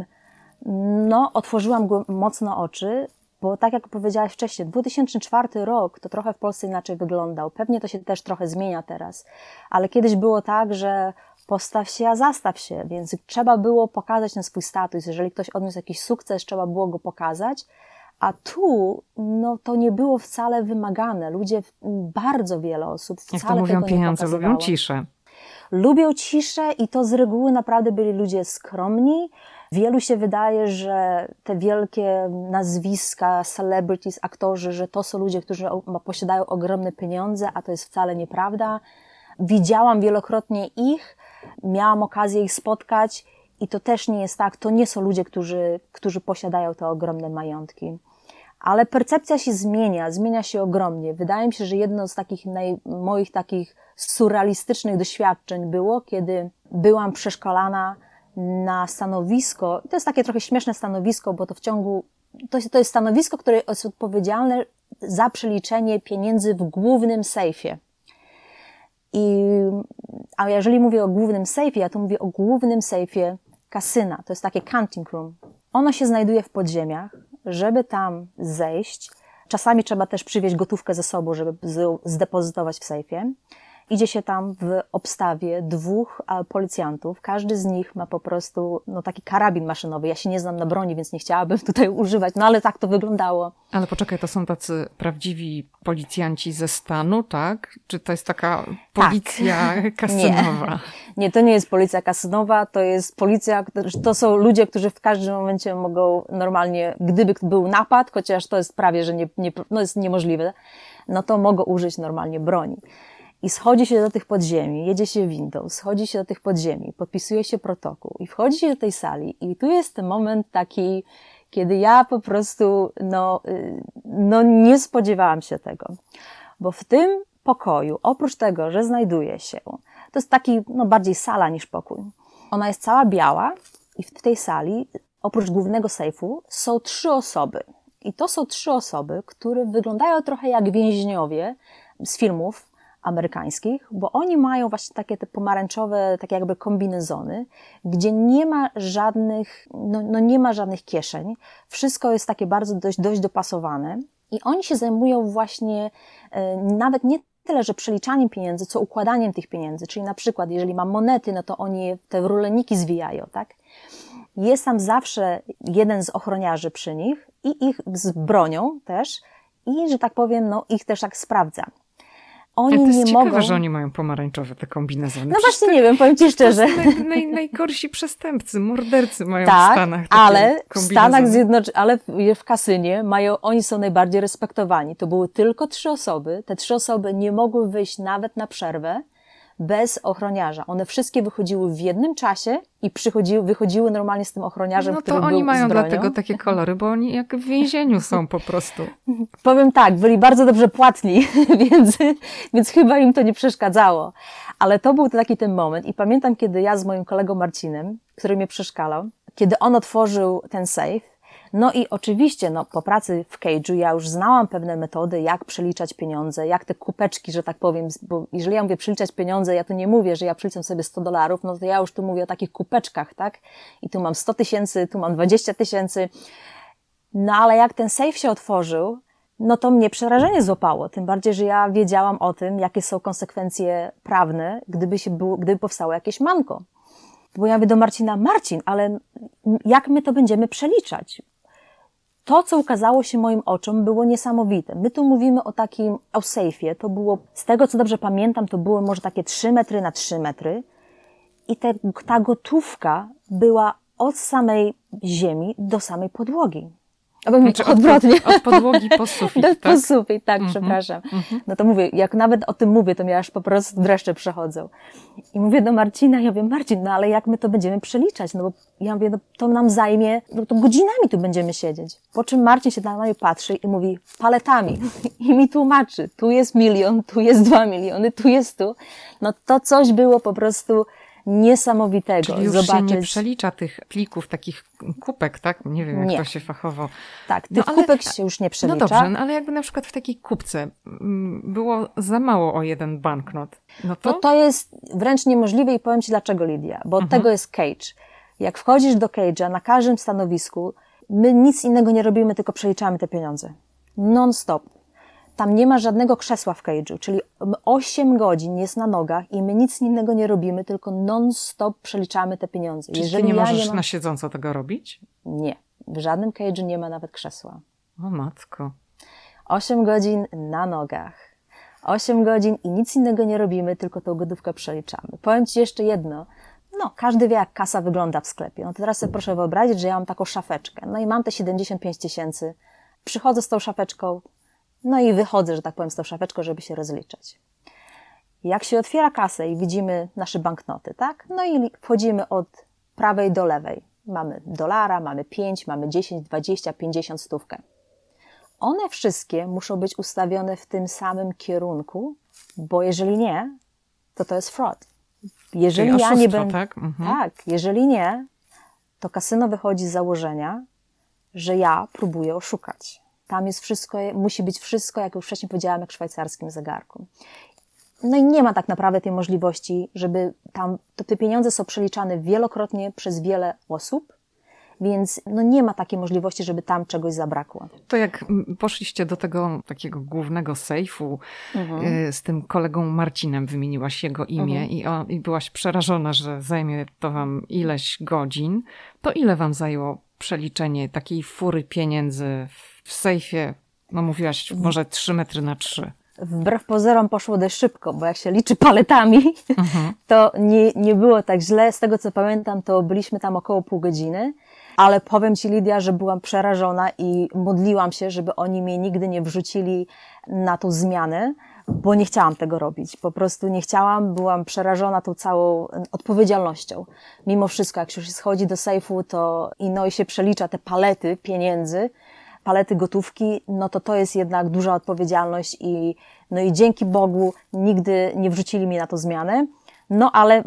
otworzyłam mocno oczy, bo tak jak powiedziałaś wcześniej, 2004 rok to trochę w Polsce inaczej wyglądał. Pewnie to się też trochę zmienia teraz, ale kiedyś było tak, że postaw się, a zastaw się, więc trzeba było pokazać ten swój status. Jeżeli ktoś odniósł jakiś sukces, trzeba było go pokazać, a tu, to nie było wcale wymagane. Bardzo wiele osób wcale jak to mówią, tego nie pieniądze pokazywało. lubią ciszę. Lubią ciszę i to z reguły naprawdę byli ludzie skromni. Wielu się wydaje, że te wielkie nazwiska, celebrities, aktorzy, że to są ludzie, którzy posiadają ogromne pieniądze, a to jest wcale nieprawda. Widziałam wielokrotnie ich, miałam okazję ich spotkać i to też nie jest tak, to nie są ludzie, którzy posiadają te ogromne majątki. Ale percepcja się zmienia się ogromnie. Wydaje mi się, że jedno z moich takich surrealistycznych doświadczeń było, kiedy byłam przeszkolana na stanowisko, i to jest takie trochę śmieszne stanowisko, bo to jest stanowisko, które jest odpowiedzialne za przeliczenie pieniędzy w głównym sejfie. A jeżeli mówię o głównym sejfie, ja tu mówię o głównym sejfie kasyna. To jest takie counting room. Ono się znajduje w podziemiach. Żeby tam zejść, czasami trzeba też przywieźć gotówkę ze sobą, żeby zdepozytować w sejfie. Idzie się tam w obstawie 2 policjantów. Każdy z nich ma po prostu taki karabin maszynowy. Ja się nie znam na broni, więc nie chciałabym tutaj używać, ale tak to wyglądało. Ale poczekaj, to są tacy prawdziwi policjanci ze stanu, tak? Czy to jest taka policja kasynowa? Nie, to nie jest policja kasynowa, to jest policja, to są ludzie, którzy w każdym momencie mogą normalnie, gdyby był napad, chociaż to jest prawie, że jest niemożliwe, to mogą użyć normalnie broni. I schodzi się do tych podziemi, jedzie się windą, schodzi się do tych podziemi, podpisuje się protokół i wchodzi się do tej sali i tu jest ten moment taki, kiedy ja po prostu, nie spodziewałam się tego. Bo w tym pokoju, oprócz tego, że znajduje się, to jest taki, bardziej sala niż pokój. Ona jest cała biała i w tej sali, oprócz głównego sejfu, są 3 osoby. I to są 3 osoby, które wyglądają trochę jak więźniowie z filmów amerykańskich, bo oni mają właśnie takie te pomarańczowe, takie jakby kombinezony, gdzie nie ma żadnych, nie ma żadnych kieszeń. Wszystko jest takie bardzo dość dopasowane i oni się zajmują właśnie nawet nie tyle, że przeliczaniem pieniędzy, co układaniem tych pieniędzy. Czyli na przykład, jeżeli mam monety, to oni te ruleniki zwijają, tak? Jest tam zawsze jeden z ochroniarzy przy nich i ich z bronią też i, że tak powiem, ich też tak sprawdza. Oni to jest nie ciekawe, mogą... że oni mają pomarańczowe te kombinezony. Właśnie nie wiem, powiem Ci szczerze. Najgorsi przestępcy, mordercy mają w Tak, Stanach ale w Stanach ale w kasynie oni są najbardziej respektowani. To były tylko 3 osoby. Te 3 osoby nie mogły wyjść nawet na przerwę bez ochroniarza. One wszystkie wychodziły w jednym czasie i wychodziły normalnie z tym ochroniarzem, który był z bronią. No to oni mają dlatego takie kolory, bo oni jak w więzieniu są po prostu. Powiem tak, byli bardzo dobrze płatni, więc chyba im to nie przeszkadzało. Ale to był taki ten moment i pamiętam, kiedy ja z moim kolegą Marcinem, który mnie przeszkalał, kiedy on otworzył ten safe. I oczywiście, po pracy w Cage'u ja już znałam pewne metody, jak przeliczać pieniądze, jak te kupeczki, że tak powiem, bo jeżeli ja mówię przeliczać pieniądze, ja tu nie mówię, że ja przeliczam sobie $100, to ja już tu mówię o takich kupeczkach, tak? I tu mam 100 000, tu mam 20 000. Ale jak ten safe się otworzył, to mnie przerażenie złapało. Tym bardziej, że ja wiedziałam o tym, jakie są konsekwencje prawne, gdyby powstało jakieś manko. Bo ja mówię do Marcina, Marcin, ale jak my to będziemy przeliczać? To, co ukazało się moim oczom, było niesamowite. My tu mówimy o takim sejfie. To było, z tego co dobrze pamiętam, to było może takie 3 metry na 3 metry. I ta gotówka była od samej ziemi do samej podłogi. Znaczy odwrotnie. Od podłogi po sufit, tak? Po sufit, tak, przepraszam. No to mówię, jak nawet o tym mówię, to mi aż po prostu dreszcze przechodzą. I mówię do Marcina, ja mówię, Marcin, no ale jak my to będziemy przeliczać? No bo ja mówię, no to nam zajmie, no to godzinami tu będziemy siedzieć. Po czym Marcin się na mnie patrzy i mówi, paletami. I mi tłumaczy, tu jest 1 milion, tu jest 2 miliony, tu jest tu. No to coś było po prostu niesamowitego. Czyli już się nie przelicza tych plików, takich kupek, tak? Nie wiem, jak to się fachowo... Tak, tych kupek się już nie przelicza. No dobrze, ale jakby na przykład w takiej kupce było za mało o 1 banknot, no to... No to jest wręcz niemożliwe i powiem Ci dlaczego, Lidia, bo od tego jest cage. Jak wchodzisz do cage'a, na każdym stanowisku, my nic innego nie robimy, tylko przeliczamy te pieniądze. Non-stop. Tam nie ma żadnego krzesła w cage'u, czyli 8 godzin jest na nogach i my nic innego nie robimy, tylko non-stop przeliczamy te pieniądze. Czyli ty nie możesz na siedząco tego robić? Nie. W żadnym cage'u nie ma nawet krzesła. O matko. 8 godzin na nogach. 8 godzin i nic innego nie robimy, tylko tą gotówkę przeliczamy. Powiem Ci jeszcze jedno. No, każdy wie, jak kasa wygląda w sklepie. No to teraz sobie proszę wyobrazić, że ja mam taką szafeczkę. No i mam te 75 000. Przychodzę z tą szafeczką, no i wychodzę, że tak powiem, z tą szafeczką, żeby się rozliczać. Jak się otwiera kasę i widzimy nasze banknoty, tak? No i wchodzimy od prawej do lewej. Mamy dolara, mamy 5, mamy 10, 20, 50, 100. One wszystkie muszą być ustawione w tym samym kierunku, bo jeżeli nie, to jest fraud. Jeżeli czyli ja oszustwo, nie będę, tak? Tak, jeżeli nie, to kasyno wychodzi z założenia, że ja próbuję oszukać. Tam jest wszystko, musi być wszystko, jak już wcześniej powiedziałam, jak w szwajcarskim zegarku. No i nie ma tak naprawdę tej możliwości, żeby tam, te pieniądze są przeliczane wielokrotnie przez wiele osób, więc no nie ma takiej możliwości, żeby tam czegoś zabrakło. To jak poszliście do tego takiego głównego sejfu z tym kolegą Marcinem, wymieniłaś jego imię i byłaś przerażona, że zajmie to wam ileś godzin, to ile wam zajęło przeliczenie takiej fury pieniędzy w sejfie? No mówiłaś może 3 metry na 3. Wbrew pozorom poszło dość szybko, bo jak się liczy paletami, to nie było tak źle. Z tego co pamiętam, to byliśmy tam około pół godziny, ale powiem Ci, Lidia, że byłam przerażona i modliłam się, żeby oni mnie nigdy nie wrzucili na tą zmianę, bo nie chciałam tego robić. Po prostu nie chciałam, byłam przerażona tą całą odpowiedzialnością. Mimo wszystko, jak się schodzi do sejfu, to i się przelicza te palety pieniędzy, palety gotówki, no to jest jednak duża odpowiedzialność i dzięki Bogu nigdy nie wrzucili mnie na tą zmianę. No ale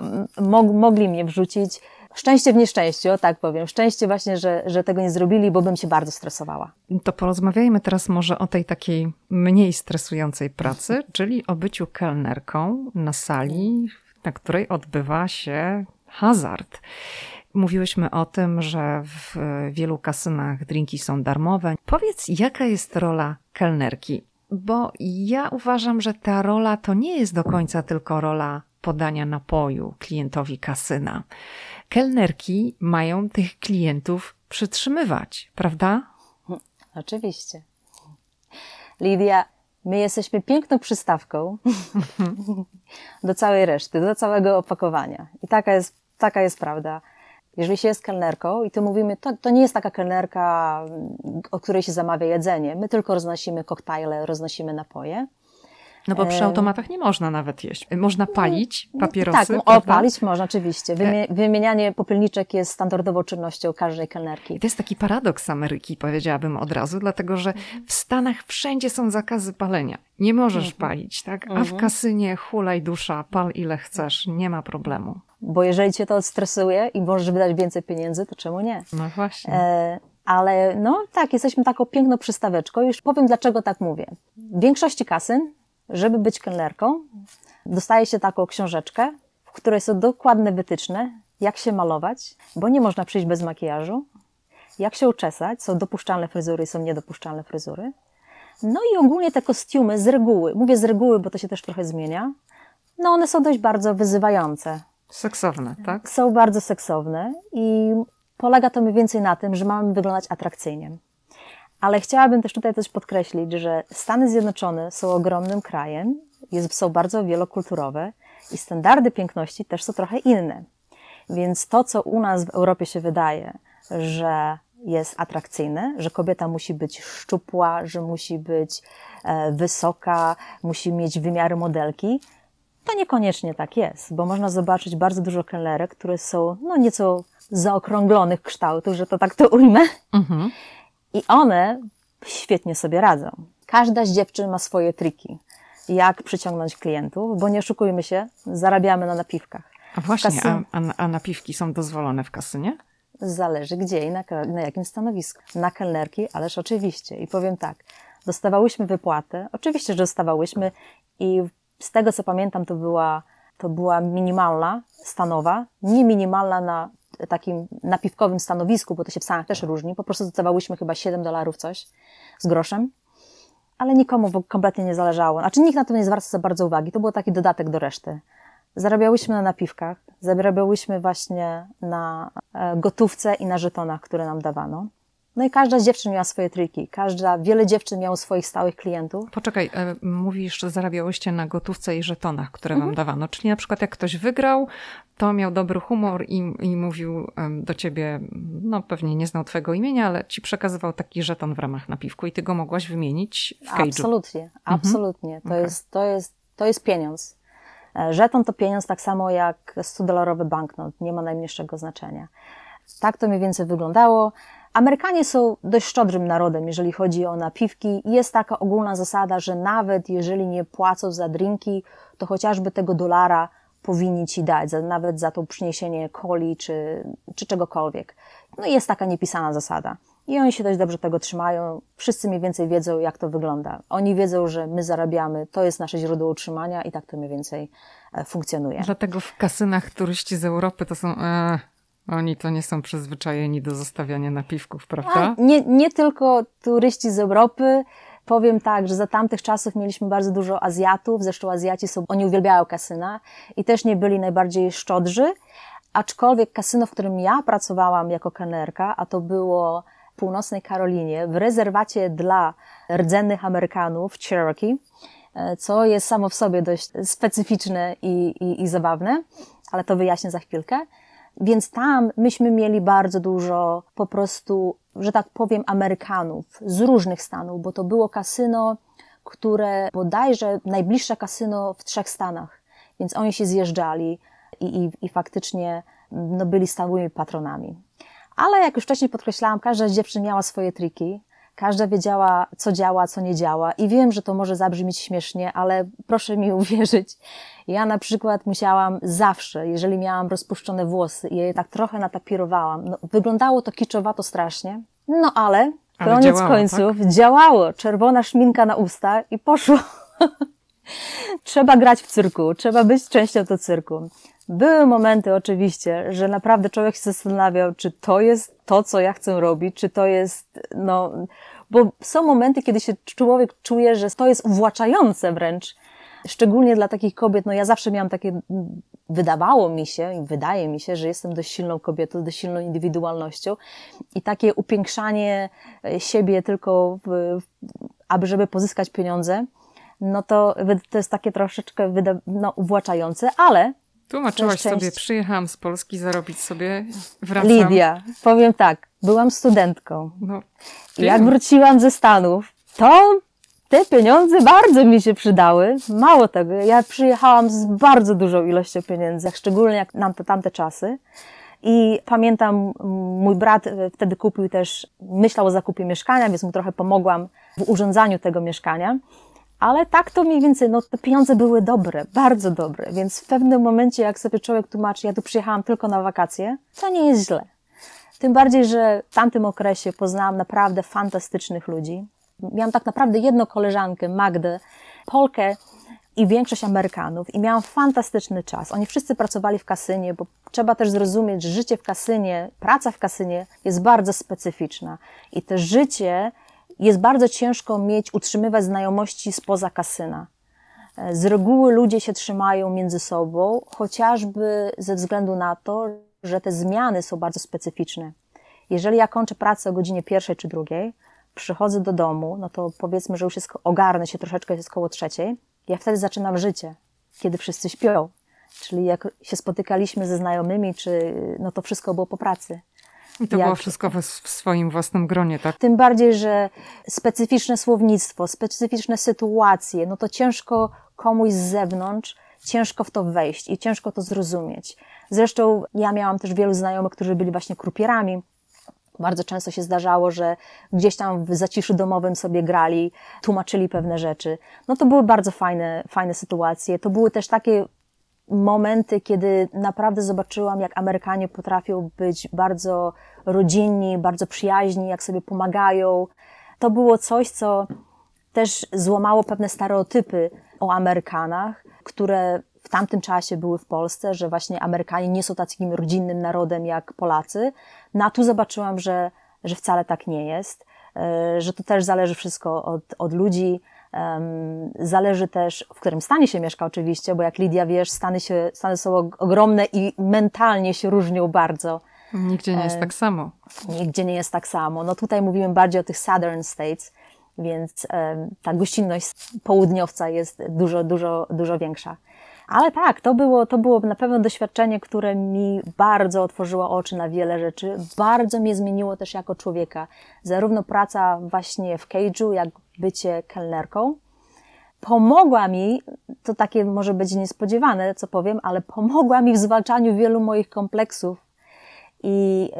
mogli mnie wrzucić. Szczęście w nieszczęściu, tak powiem. Szczęście właśnie, że tego nie zrobili, bo bym się bardzo stresowała. To porozmawiajmy teraz może o tej takiej mniej stresującej pracy, czyli o byciu kelnerką na sali, na której odbywa się hazard. Mówiłyśmy o tym, że w wielu kasynach drinki są darmowe. Powiedz, jaka jest rola kelnerki? Bo ja uważam, że ta rola to nie jest do końca tylko rola podania napoju klientowi kasyna. Kelnerki mają tych klientów przytrzymywać, prawda? Oczywiście. Lidia, my jesteśmy piękną przystawką do całej reszty, do całego opakowania. I taka jest prawda. Jeżeli się jest kelnerką i tu mówimy, to nie jest taka kelnerka, o której się zamawia jedzenie. My tylko roznosimy koktajle, roznosimy napoje. No bo przy automatach nie można nawet jeść. Można palić papierosy, tak, palić można oczywiście. Wymienianie popylniczek jest standardową czynnością każdej kelnerki. I to jest taki paradoks Ameryki, powiedziałabym od razu, dlatego że w Stanach wszędzie są zakazy palenia. Nie możesz palić, tak? A w kasynie hulaj dusza, pal ile chcesz, nie ma problemu. Bo jeżeli cię to odstresuje i możesz wydać więcej pieniędzy, to czemu nie? No właśnie. Ale tak, jesteśmy taką piękną przystaweczką. Już powiem, dlaczego tak mówię. W większości kasyn, żeby być kelnerką, dostaje się taką książeczkę, w której są dokładne wytyczne, jak się malować, bo nie można przyjść bez makijażu, jak się uczesać, są dopuszczalne fryzury i są niedopuszczalne fryzury. No i ogólnie te kostiumy z reguły, mówię z reguły, bo to się też trochę zmienia, no one są dość bardzo wyzywające. Seksowne, tak? Są bardzo seksowne i polega to mniej więcej na tym, że mamy wyglądać atrakcyjnie. Ale chciałabym też tutaj coś podkreślić, że Stany Zjednoczone są ogromnym krajem, są bardzo wielokulturowe i standardy piękności też są trochę inne. Więc to, co u nas w Europie się wydaje, że jest atrakcyjne, że kobieta musi być szczupła, że musi być wysoka, musi mieć wymiary modelki, to niekoniecznie tak jest, bo można zobaczyć bardzo dużo kelnerek, które są nieco zaokrąglonych kształtów, że to tak to ujmę. Mhm. I one świetnie sobie radzą. Każda z dziewczyn ma swoje triki, jak przyciągnąć klientów, bo nie oszukujmy się, zarabiamy na napiwkach. A właśnie, a napiwki są dozwolone w kasynie? Zależy gdzie i na jakim stanowisku. Na kelnerki, ależ oczywiście. I powiem tak, dostawałyśmy wypłatę, oczywiście, że dostawałyśmy i z tego co pamiętam to była minimalna stanowa, nie minimalna na takim napiwkowym stanowisku, bo to się w Stanach też różni. Po prostu dostawałyśmy chyba $7 coś z groszem, ale nikomu kompletnie nie zależało. Znaczy nikt na to nie zwraca za bardzo uwagi. To był taki dodatek do reszty. Zarabiałyśmy na napiwkach, zarabiałyśmy właśnie na gotówce i na żetonach, które nam dawano. No i każda z dziewczyn miała swoje triki. Wiele dziewczyn miało swoich stałych klientów. Poczekaj, mówisz, że zarabiałyście na gotówce i żetonach, które wam dawano. Czyli na przykład jak ktoś wygrał, to miał dobry humor i mówił do ciebie, pewnie nie znał twojego imienia, ale ci przekazywał taki żeton w ramach napiwku i ty go mogłaś wymienić w cage'u. Absolutnie, absolutnie. To jest pieniądz. Żeton to pieniądz tak samo jak $100 banknot. Nie ma najmniejszego znaczenia. Tak to mniej więcej wyglądało. Amerykanie są dość szczodrym narodem, jeżeli chodzi o napiwki. Jest taka ogólna zasada, że nawet jeżeli nie płacą za drinki, to chociażby tego dolara powinni ci dać, nawet za to przyniesienie coli czy czegokolwiek. No i jest taka niepisana zasada. I oni się dość dobrze tego trzymają. Wszyscy mniej więcej wiedzą, jak to wygląda. Oni wiedzą, że my zarabiamy, to jest nasze źródło utrzymania i tak to mniej więcej funkcjonuje. Dlatego w kasynach turyści z Europy to są... Oni to nie są przyzwyczajeni do zostawiania napiwków, prawda? Nie tylko turyści z Europy. Powiem tak, że za tamtych czasów mieliśmy bardzo dużo Azjatów. Zresztą Azjaci oni uwielbiają kasyna i też nie byli najbardziej szczodrzy. Aczkolwiek kasyno, w którym ja pracowałam jako kelnerka, a to było w północnej Karolinie, w rezerwacie dla rdzennych Amerykanów w Cherokee, co jest samo w sobie dość specyficzne i zabawne, ale to wyjaśnię za chwilkę. Więc tam myśmy mieli bardzo dużo po prostu, że tak powiem, Amerykanów z różnych stanów, bo to było kasyno, które bodajże najbliższe kasyno w 3 stanach, więc oni się zjeżdżali i faktycznie byli stałymi patronami. Ale jak już wcześniej podkreślałam, każda z dziewczyn miała swoje triki, każda wiedziała, co działa, co nie działa i wiem, że to może zabrzmieć śmiesznie, ale proszę mi uwierzyć, ja na przykład musiałam zawsze, jeżeli miałam rozpuszczone włosy i je tak trochę natapirowałam, wyglądało to kiczowato strasznie, ale koniec działało, końców tak? Działało, czerwona szminka na usta i poszło. Trzeba grać w cyrku, trzeba być częścią tego cyrku. Były momenty oczywiście, że naprawdę człowiek się zastanawiał, czy to jest to, co ja chcę robić, czy to jest, bo są momenty, kiedy się człowiek czuje, że to jest uwłaczające wręcz, szczególnie dla takich kobiet. Ja zawsze miałam takie, wydawało mi się i wydaje mi się, że jestem dość silną kobietą, dość silną indywidualnością i takie upiększanie siebie tylko, żeby pozyskać pieniądze, to jest takie troszeczkę uwłaczające, ale tłumaczyłaś sobie, przyjechałam z Polski zarobić sobie, wracam. Lidia, powiem tak, byłam studentką. Jak wróciłam ze Stanów, to te pieniądze bardzo mi się przydały. Mało tego, ja przyjechałam z bardzo dużą ilością pieniędzy, szczególnie jak tamte czasy. I pamiętam, mój brat wtedy myślał o zakupie mieszkania, więc mu trochę pomogłam w urządzaniu tego mieszkania. Ale tak to mniej więcej, te pieniądze były dobre, bardzo dobre, więc w pewnym momencie, jak sobie człowiek tłumaczy, ja tu przyjechałam tylko na wakacje, to nie jest źle. Tym bardziej, że w tamtym okresie poznałam naprawdę fantastycznych ludzi. Miałam tak naprawdę jedną koleżankę, Magdę, Polkę i większość Amerykanów i miałam fantastyczny czas. Oni wszyscy pracowali w kasynie, bo trzeba też zrozumieć, że życie w kasynie, praca w kasynie jest bardzo specyficzna i to życie jest bardzo ciężko utrzymywać znajomości spoza kasyna. Z reguły ludzie się trzymają między sobą, chociażby ze względu na to, że te zmiany są bardzo specyficzne. Jeżeli ja kończę pracę o godzinie 1 czy 2, przychodzę do domu, no to powiedzmy, że już jest, ogarnę się troszeczkę, jest koło 3, ja wtedy zaczynam życie, kiedy wszyscy śpią. Czyli jak się spotykaliśmy ze znajomymi, no to wszystko było po pracy. I to było wszystko w swoim własnym gronie, tak? Tym bardziej, że specyficzne słownictwo, specyficzne sytuacje, no to ciężko komuś z zewnątrz, ciężko w to wejść i ciężko to zrozumieć. Zresztą ja miałam też wielu znajomych, którzy byli właśnie krupierami. Bardzo często się zdarzało, że gdzieś tam w zaciszu domowym sobie grali, tłumaczyli pewne rzeczy. No to były bardzo fajne sytuacje. To były też takie momenty, kiedy naprawdę zobaczyłam, jak Amerykanie potrafią być bardzo rodzinni, bardzo przyjaźni, jak sobie pomagają. To było coś, co też złamało pewne stereotypy o Amerykanach, które w tamtym czasie były w Polsce, że właśnie Amerykanie nie są takim rodzinnym narodem jak Polacy. No a tu zobaczyłam, że wcale tak nie jest, że to też zależy wszystko od ludzi. Zależy też, w którym stanie się mieszka oczywiście, bo jak Lidia wiesz, Stany są ogromne i mentalnie się różnią bardzo. Nigdzie nie jest tak samo. Nigdzie nie jest tak samo. No tutaj mówimy bardziej o tych Southern States, więc ta gościnność południowca jest dużo większa. Ale tak, to było na pewno doświadczenie, które mi bardzo otworzyło oczy na wiele rzeczy. Bardzo mnie zmieniło też jako człowieka. Zarówno praca właśnie w cage'u, jak bycie kelnerką. Pomogła mi, to takie może być niespodziewane, co powiem, ale pomogła mi w zwalczaniu wielu moich kompleksów i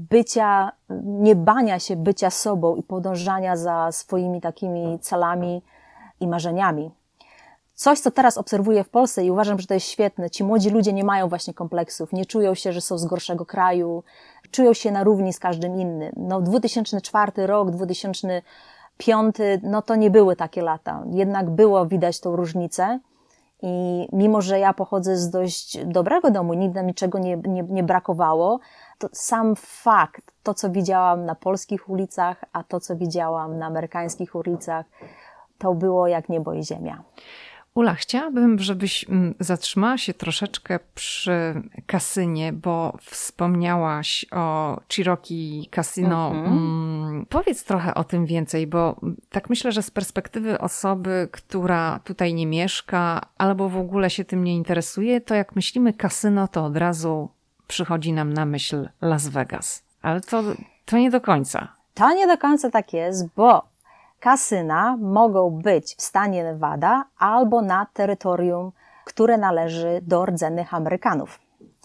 nie bania się bycia sobą i podążania za swoimi takimi celami i marzeniami. Coś, co teraz obserwuję w Polsce i uważam, że to jest świetne. Ci młodzi ludzie nie mają właśnie kompleksów, nie czują się, że są z gorszego kraju, czują się na równi z każdym innym. No 2004 rok, 2005, no to nie były takie lata. Jednak było widać tą różnicę i mimo, że ja pochodzę z dość dobrego domu, nigdy nam niczego nie brakowało, to sam fakt, to co widziałam na polskich ulicach, a to co widziałam na amerykańskich ulicach, to było jak niebo i ziemia. Ula, chciałabym, żebyś zatrzymała się troszeczkę przy kasynie, bo wspomniałaś o Cherokee Casino. Powiedz trochę o tym więcej, bo tak myślę, że z perspektywy osoby, która tutaj nie mieszka albo w ogóle się tym nie interesuje, to jak myślimy kasyno, to od razu przychodzi nam na myśl Las Vegas. Ale to nie do końca. To nie do końca tak jest, bo kasyna mogą być w stanie Nevada albo na terytorium, które należy do rdzennych Amerykanów.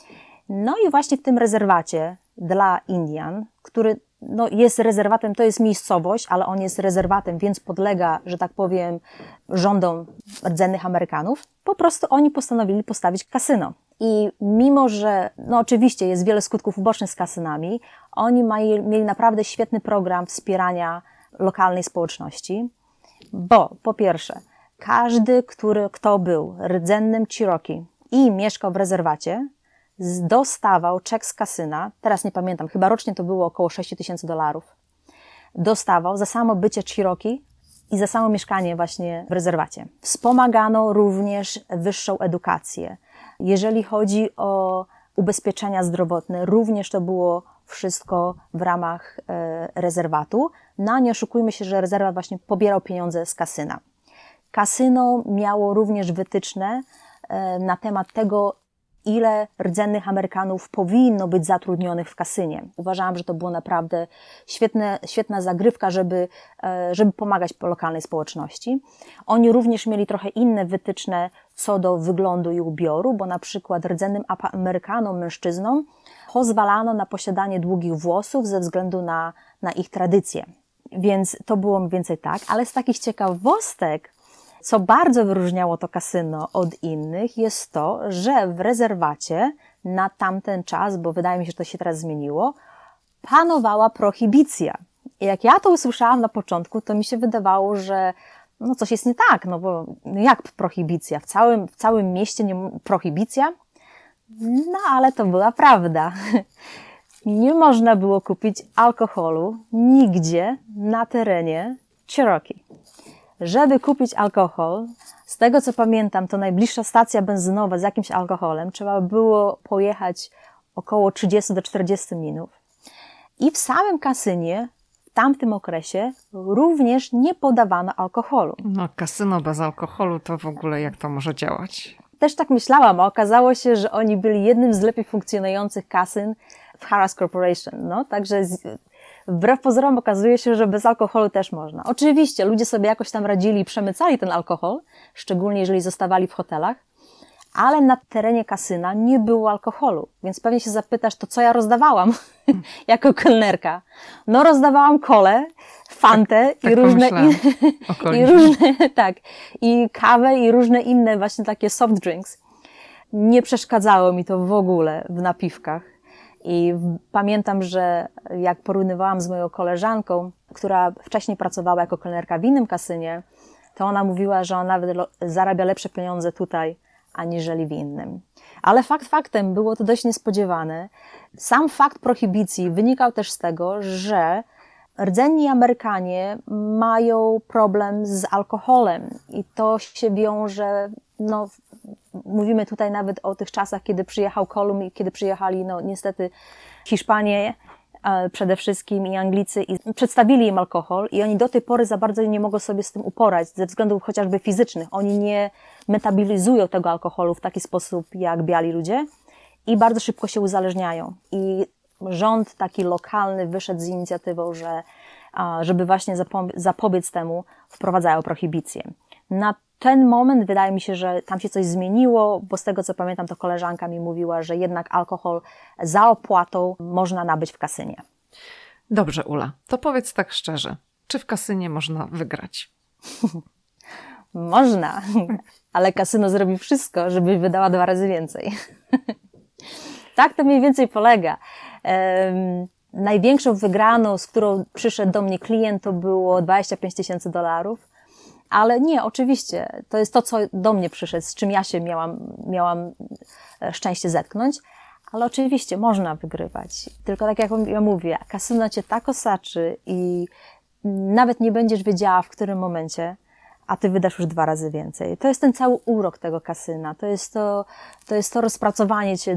No i właśnie w tym rezerwacie dla Indian, który jest rezerwatem, to jest miejscowość, ale on jest rezerwatem, więc podlega, że tak powiem, rządom rdzennych Amerykanów, po prostu oni postanowili postawić kasyno. I mimo, że oczywiście jest wiele skutków ubocznych z kasynami, oni mieli naprawdę świetny program wspierania lokalnej społeczności, bo po pierwsze, każdy, kto był rdzennym Cherokee i mieszkał w rezerwacie, dostawał czek z kasyna, teraz nie pamiętam, chyba rocznie to było około $6,000, dostawał za samo bycie Cherokee i za samo mieszkanie właśnie w rezerwacie. Wspomagano również wyższą edukację. Jeżeli chodzi o ubezpieczenia zdrowotne, również to było wszystko w ramach rezerwatu. Nie oszukujmy się, że rezerwat właśnie pobierał pieniądze z kasyna. Kasyno miało również wytyczne na temat tego, ile rdzennych Amerykanów powinno być zatrudnionych w kasynie. Uważałam, że to było naprawdę świetna zagrywka, żeby pomagać lokalnej społeczności. Oni również mieli trochę inne wytyczne co do wyglądu i ubioru, bo na przykład rdzennym Amerykanom, mężczyznom, pozwalano na posiadanie długich włosów ze względu na ich tradycję. Więc to było mniej więcej tak, ale z takich ciekawostek, co bardzo wyróżniało to kasyno od innych, jest to, że w rezerwacie na tamten czas, bo wydaje mi się, że to się teraz zmieniło, panowała prohibicja. I jak ja to usłyszałam na początku, to mi się wydawało, że coś jest nie tak, bo jak prohibicja? W całym mieście prohibicja? Ale to była prawda. Nie można było kupić alkoholu nigdzie na terenie Cherokee. Żeby kupić alkohol, z tego, co pamiętam, to najbliższa stacja benzynowa z jakimś alkoholem trzeba było pojechać około 30 do 40 minut. I w samym kasynie w tamtym okresie również nie podawano alkoholu. No, kasyno bez alkoholu to w ogóle jak to może działać? Też tak myślałam, a okazało się, że oni byli jednym z lepiej funkcjonujących kasyn w Harrah's Corporation. No, także wbrew pozorom okazuje się, że bez alkoholu też można. Oczywiście ludzie sobie jakoś tam radzili i przemycali ten alkohol, szczególnie jeżeli zostawali w hotelach, ale na terenie kasyna nie było alkoholu. Więc pewnie się zapytasz, to co ja rozdawałam jako kelnerka? No rozdawałam kolę, fantę tak i różne i kawę i różne inne właśnie takie soft drinks. Nie przeszkadzało mi to w ogóle w napiwkach. I pamiętam, że jak porównywałam z moją koleżanką, która wcześniej pracowała jako kelnerka w innym kasynie, to ona mówiła, że ona nawet zarabia lepsze pieniądze tutaj, aniżeli w innym. Ale fakt faktem, było to dość niespodziewane. Sam fakt prohibicji wynikał też z tego, że rdzenni Amerykanie mają problem z alkoholem i to się wiąże, no, mówimy tutaj nawet o tych czasach, kiedy przyjechał Kolumb i kiedy przyjechali, no niestety Hiszpanie przede wszystkim i Anglicy i przedstawili im alkohol i oni do tej pory za bardzo nie mogą sobie z tym uporać ze względów chociażby fizycznych. Oni nie metabolizują tego alkoholu w taki sposób jak biali ludzie i bardzo szybko się uzależniają. I rząd taki lokalny wyszedł z inicjatywą, że żeby właśnie zapobiec temu, wprowadzają prohibicję. Na ten moment wydaje mi się, że tam się coś zmieniło, bo z tego co pamiętam, to koleżanka mi mówiła, że jednak alkohol za opłatą można nabyć w kasynie. Dobrze, Ula, to powiedz tak szczerze, czy w kasynie można wygrać? Można, ale kasyno zrobi wszystko, żebyś wydała 2 razy więcej. Tak to mniej więcej polega. Największą wygraną, z którą przyszedł do mnie klient, to było $25,000. Ale nie, oczywiście, to jest to, co do mnie przyszedł, z czym ja się miałam szczęście zetknąć, ale oczywiście można wygrywać. Tylko tak jak ja mówię, kasyno cię tak osaczy i nawet nie będziesz wiedziała, w którym momencie, a ty wydasz już 2 razy więcej. To jest ten cały urok tego kasyna, to jest to rozpracowanie cię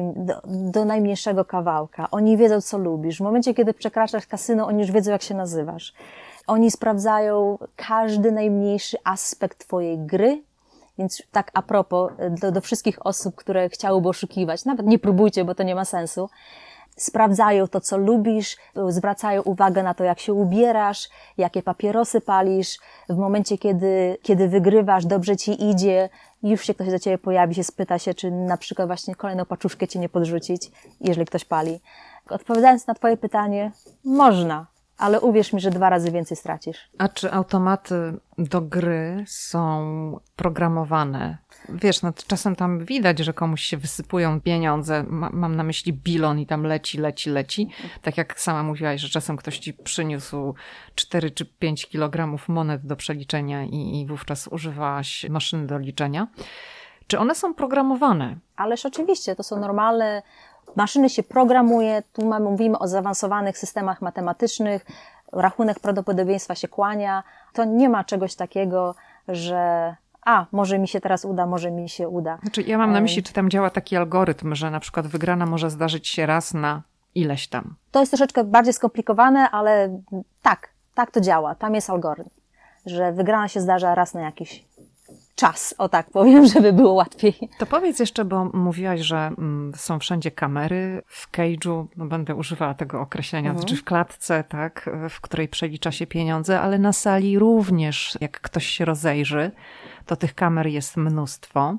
do najmniejszego kawałka. Oni wiedzą, co lubisz. W momencie, kiedy przekraczasz kasyno, oni już wiedzą, jak się nazywasz. Oni sprawdzają każdy najmniejszy aspekt twojej gry, więc tak a propos do wszystkich osób, które chciałyby oszukiwać, nawet nie próbujcie, bo to nie ma sensu. Sprawdzają to, co lubisz, zwracają uwagę na to, jak się ubierasz, jakie papierosy palisz. W momencie, kiedy wygrywasz, dobrze ci idzie, już się ktoś do ciebie pojawi, się spyta się, czy na przykład właśnie kolejną paczuszkę ci nie podrzucić, jeżeli ktoś pali. Odpowiadając na twoje pytanie, można. Ale uwierz mi, że 2 razy więcej stracisz. A czy automaty do gry są programowane? Wiesz, no czasem tam widać, że komuś się wysypują pieniądze. Mam na myśli bilon i tam leci. Tak jak sama mówiłaś, że czasem ktoś ci przyniósł 4 czy 5 kilogramów monet do przeliczenia i wówczas używałaś maszyny do liczenia. Czy one są programowane? Ależ oczywiście, to są normalne. Maszyny się programuje, tu mówimy o zaawansowanych systemach matematycznych, rachunek prawdopodobieństwa się kłania. To nie ma czegoś takiego, że może mi się teraz uda, może mi się uda. Znaczy, ja mam na myśli, czy tam działa taki algorytm, że na przykład wygrana może zdarzyć się raz na ileś tam. To jest troszeczkę bardziej skomplikowane, ale tak to działa. Tam jest algorytm, że wygrana się zdarza raz na jakiś czas, o tak powiem, żeby było łatwiej. To powiedz jeszcze, bo mówiłaś, że są wszędzie kamery w cage'u, no będę używała tego określenia, czy w klatce, tak, w której przelicza się pieniądze, ale na sali również, jak ktoś się rozejrzy, to tych kamer jest mnóstwo.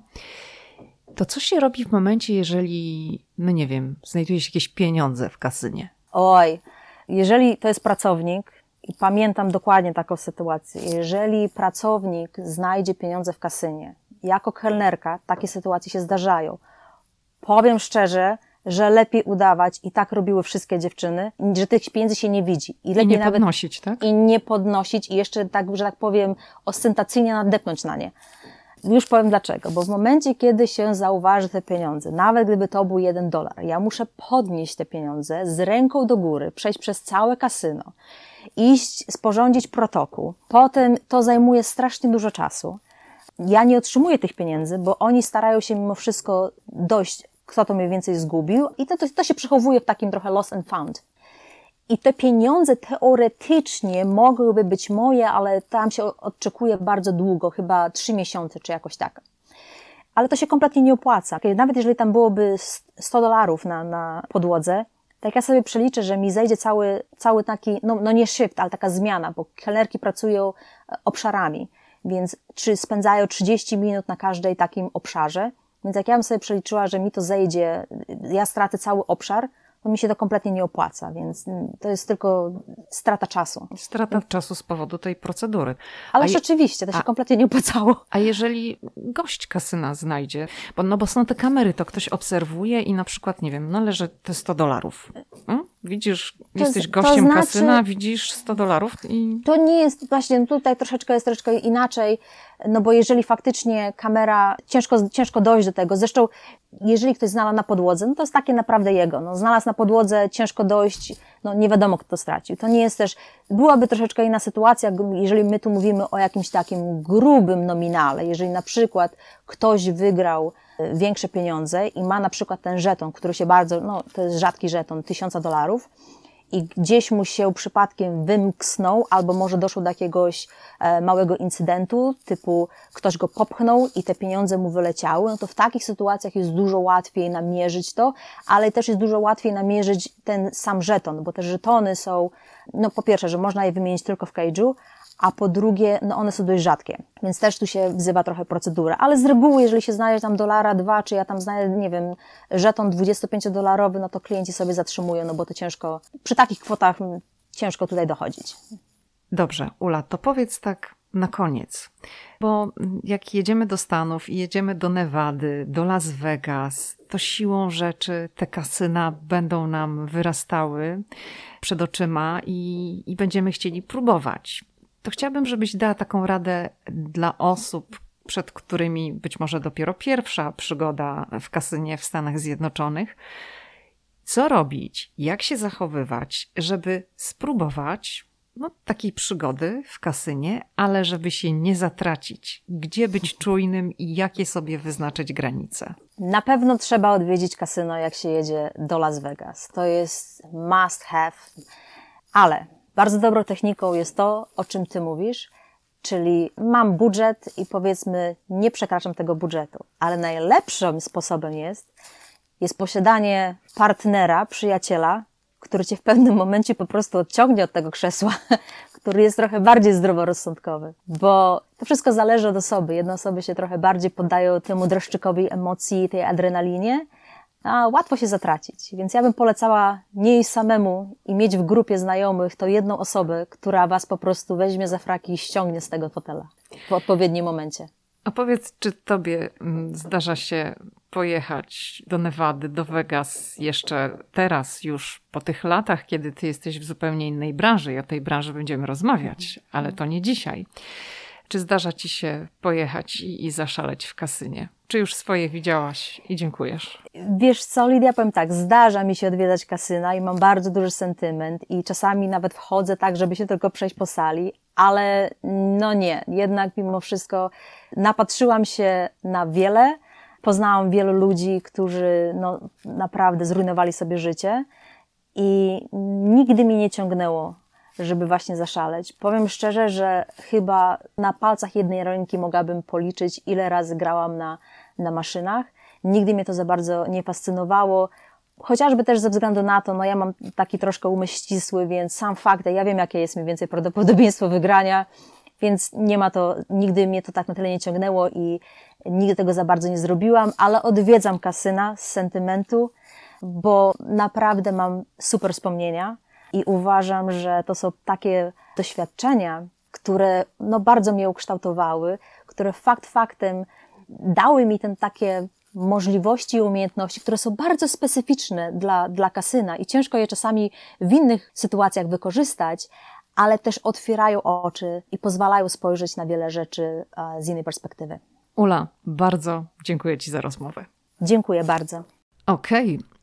To co się robi w momencie, jeżeli, no nie wiem, znajduje się jakieś pieniądze w kasynie? Oj, jeżeli to jest pracownik, i pamiętam dokładnie taką sytuację. Jeżeli pracownik znajdzie pieniądze w kasynie, jako kelnerka takie sytuacje się zdarzają. Powiem szczerze, że lepiej udawać i tak robiły wszystkie dziewczyny, że tych pieniędzy się nie widzi. I lepiej nie podnosić, tak? I nie podnosić i jeszcze tak, że tak powiem, ostentacyjnie nadepnąć na nie. Już powiem dlaczego, bo w momencie, kiedy się zauważy te pieniądze, nawet gdyby to był $1, ja muszę podnieść te pieniądze z ręką do góry, przejść przez całe kasyno, iść, sporządzić protokół. Potem to zajmuje strasznie dużo czasu. ja nie otrzymuję tych pieniędzy, bo oni starają się mimo wszystko dojść, kto to mniej więcej zgubił i to się przechowuje w takim trochę lost and found. I te pieniądze teoretycznie mogłyby być moje, ale tam się oczekuje bardzo długo, chyba 3 miesiące czy jakoś tak. Ale to się kompletnie nie opłaca. Nawet jeżeli tam byłoby $100 na podłodze, tak ja sobie przeliczę, że mi zejdzie cały taki, no nie shift, ale taka zmiana, bo kelnerki pracują obszarami, więc czy spędzają 30 minut na każdej takim obszarze, więc jak ja bym sobie przeliczyła, że mi to zejdzie, ja stracę cały obszar, to mi się to kompletnie nie opłaca, więc to jest tylko strata czasu. Strata czasu z powodu tej procedury. Ale rzeczywiście, to się kompletnie nie opłacało. A jeżeli gość kasyna znajdzie, bo są te kamery, to ktoś obserwuje i na przykład, nie wiem, należy te $100. Widzisz, jesteś gościem kasyna, widzisz $100 i... To nie jest, właśnie tutaj jest troszeczkę inaczej, no bo jeżeli faktycznie kamera, ciężko dojść do tego. Zresztą, jeżeli ktoś znalazł na podłodze, no to jest takie naprawdę jego. No, znalazł na podłodze, ciężko dojść, no nie wiadomo, kto to stracił. To nie jest też, byłaby troszeczkę inna sytuacja, jeżeli my tu mówimy o jakimś takim grubym nominale. Jeżeli na przykład ktoś wygrał większe pieniądze i ma na przykład ten żeton, który się bardzo, no to jest rzadki żeton, $1000 i gdzieś mu się przypadkiem wymknął albo może doszło do jakiegoś małego incydentu, typu ktoś go popchnął i te pieniądze mu wyleciały, no to w takich sytuacjach jest dużo łatwiej namierzyć to, ale też jest dużo łatwiej namierzyć ten sam żeton, bo te żetony są, no po pierwsze, że można je wymienić tylko w cage'u, a po drugie, no one są dość rzadkie, więc też tu się wzywa trochę procedura, ale z reguły, jeżeli się znajdzie tam $2, czy ja tam znajdę, nie wiem, żeton $25, no to klienci sobie zatrzymują, no bo to ciężko, przy takich kwotach ciężko tutaj dochodzić. Dobrze, Ula, to powiedz tak na koniec, bo jak jedziemy do Stanów i jedziemy do Nevady, do Las Vegas, to siłą rzeczy te kasyna będą nam wyrastały przed oczyma i będziemy chcieli próbować. To chciałabym, żebyś dała taką radę dla osób, przed którymi być może dopiero pierwsza przygoda w kasynie w Stanach Zjednoczonych. Co robić, jak się zachowywać, żeby spróbować takiej przygody w kasynie, ale żeby się nie zatracić. Gdzie być czujnym i jakie sobie wyznaczyć granice? Na pewno trzeba odwiedzić kasyno, jak się jedzie do Las Vegas. To jest must have, ale bardzo dobrą techniką jest to, o czym ty mówisz, czyli mam budżet i powiedzmy nie przekraczam tego budżetu, ale najlepszym sposobem jest posiadanie partnera, przyjaciela, który cię w pewnym momencie po prostu odciągnie od tego krzesła, który jest trochę bardziej zdroworozsądkowy, bo to wszystko zależy od osoby. Jedne osoby się trochę bardziej poddają temu dreszczykowi emocji, tej adrenalinie, a łatwo się zatracić. Więc ja bym polecała nie iść samemu i mieć w grupie znajomych tą jedną osobę, która was po prostu weźmie za fraki i ściągnie z tego fotela w odpowiednim momencie. A powiedz, czy tobie zdarza się pojechać do Nevady, do Vegas jeszcze teraz, już po tych latach, kiedy ty jesteś w zupełnie innej branży i o tej branży będziemy rozmawiać, ale to nie dzisiaj. Czy zdarza ci się pojechać i zaszaleć w kasynie? Czy już swoje widziałaś i dziękujesz? Wiesz co, Lidia, powiem tak, zdarza mi się odwiedzać kasyna i mam bardzo duży sentyment i czasami nawet wchodzę tak, żeby się tylko przejść po sali, ale no nie, jednak mimo wszystko napatrzyłam się na wiele, poznałam wielu ludzi, którzy no naprawdę zrujnowali sobie życie i nigdy mnie nie ciągnęło, żeby właśnie zaszaleć. Powiem szczerze, że chyba na palcach jednej ręki mogłabym policzyć, ile razy grałam na maszynach. Nigdy mnie to za bardzo nie fascynowało. Chociażby też ze względu na to, no ja mam taki troszkę umysł ścisły, więc sam fakt, ja wiem, jakie jest mniej więcej prawdopodobieństwo wygrania, więc nie ma to, nigdy mnie to tak na tyle nie ciągnęło i nigdy tego za bardzo nie zrobiłam, ale odwiedzam kasyna z sentymentu, bo naprawdę mam super wspomnienia i uważam, że to są takie doświadczenia, które no bardzo mnie ukształtowały, które faktem dały mi takie możliwości i umiejętności, które są bardzo specyficzne dla kasyna i ciężko je czasami w innych sytuacjach wykorzystać, ale też otwierają oczy i pozwalają spojrzeć na wiele rzeczy z innej perspektywy. Ula, bardzo dziękuję ci za rozmowę. Dziękuję bardzo. Okej.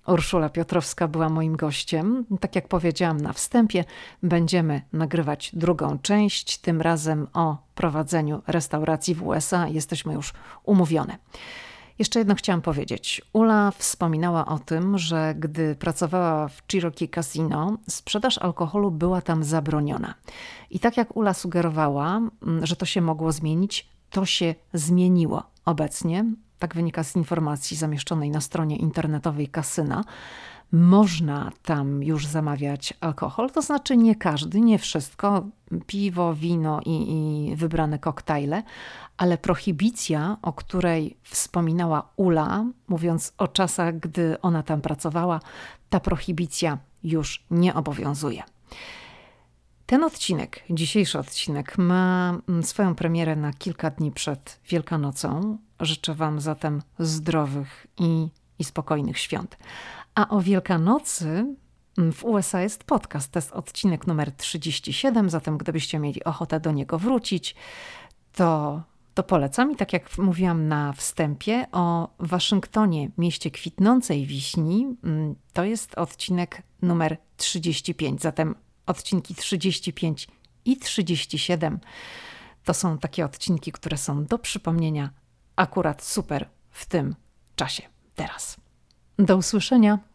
Urszula Piotrowska była moim gościem. Tak jak powiedziałam na wstępie, będziemy nagrywać drugą część, tym razem o prowadzeniu restauracji w USA. Jesteśmy już umówione. Jeszcze jedno chciałam powiedzieć. Ula wspominała o tym, że gdy pracowała w Cherokee Casino, sprzedaż alkoholu była tam zabroniona. I tak jak Ula sugerowała, że to się mogło zmienić, to się zmieniło obecnie. Tak wynika z informacji zamieszczonej na stronie internetowej kasyna. Można tam już zamawiać alkohol, to znaczy nie każdy, nie wszystko, piwo, wino i wybrane koktajle, ale prohibicja, o której wspominała Ula, mówiąc o czasach, gdy ona tam pracowała, ta prohibicja już nie obowiązuje. Ten odcinek, dzisiejszy odcinek, ma swoją premierę na kilka dni przed Wielkanocą. Życzę Wam zatem zdrowych i spokojnych świąt. A o Wielkanocy w USA jest podcast, to jest odcinek numer 37, zatem gdybyście mieli ochotę do niego wrócić, to polecam. I tak jak mówiłam na wstępie, o Waszyngtonie, mieście kwitnącej wiśni, to jest odcinek numer 35, zatem odcinki 35 i 37 to są takie odcinki, które są do przypomnienia akurat super w tym czasie, teraz. Do usłyszenia.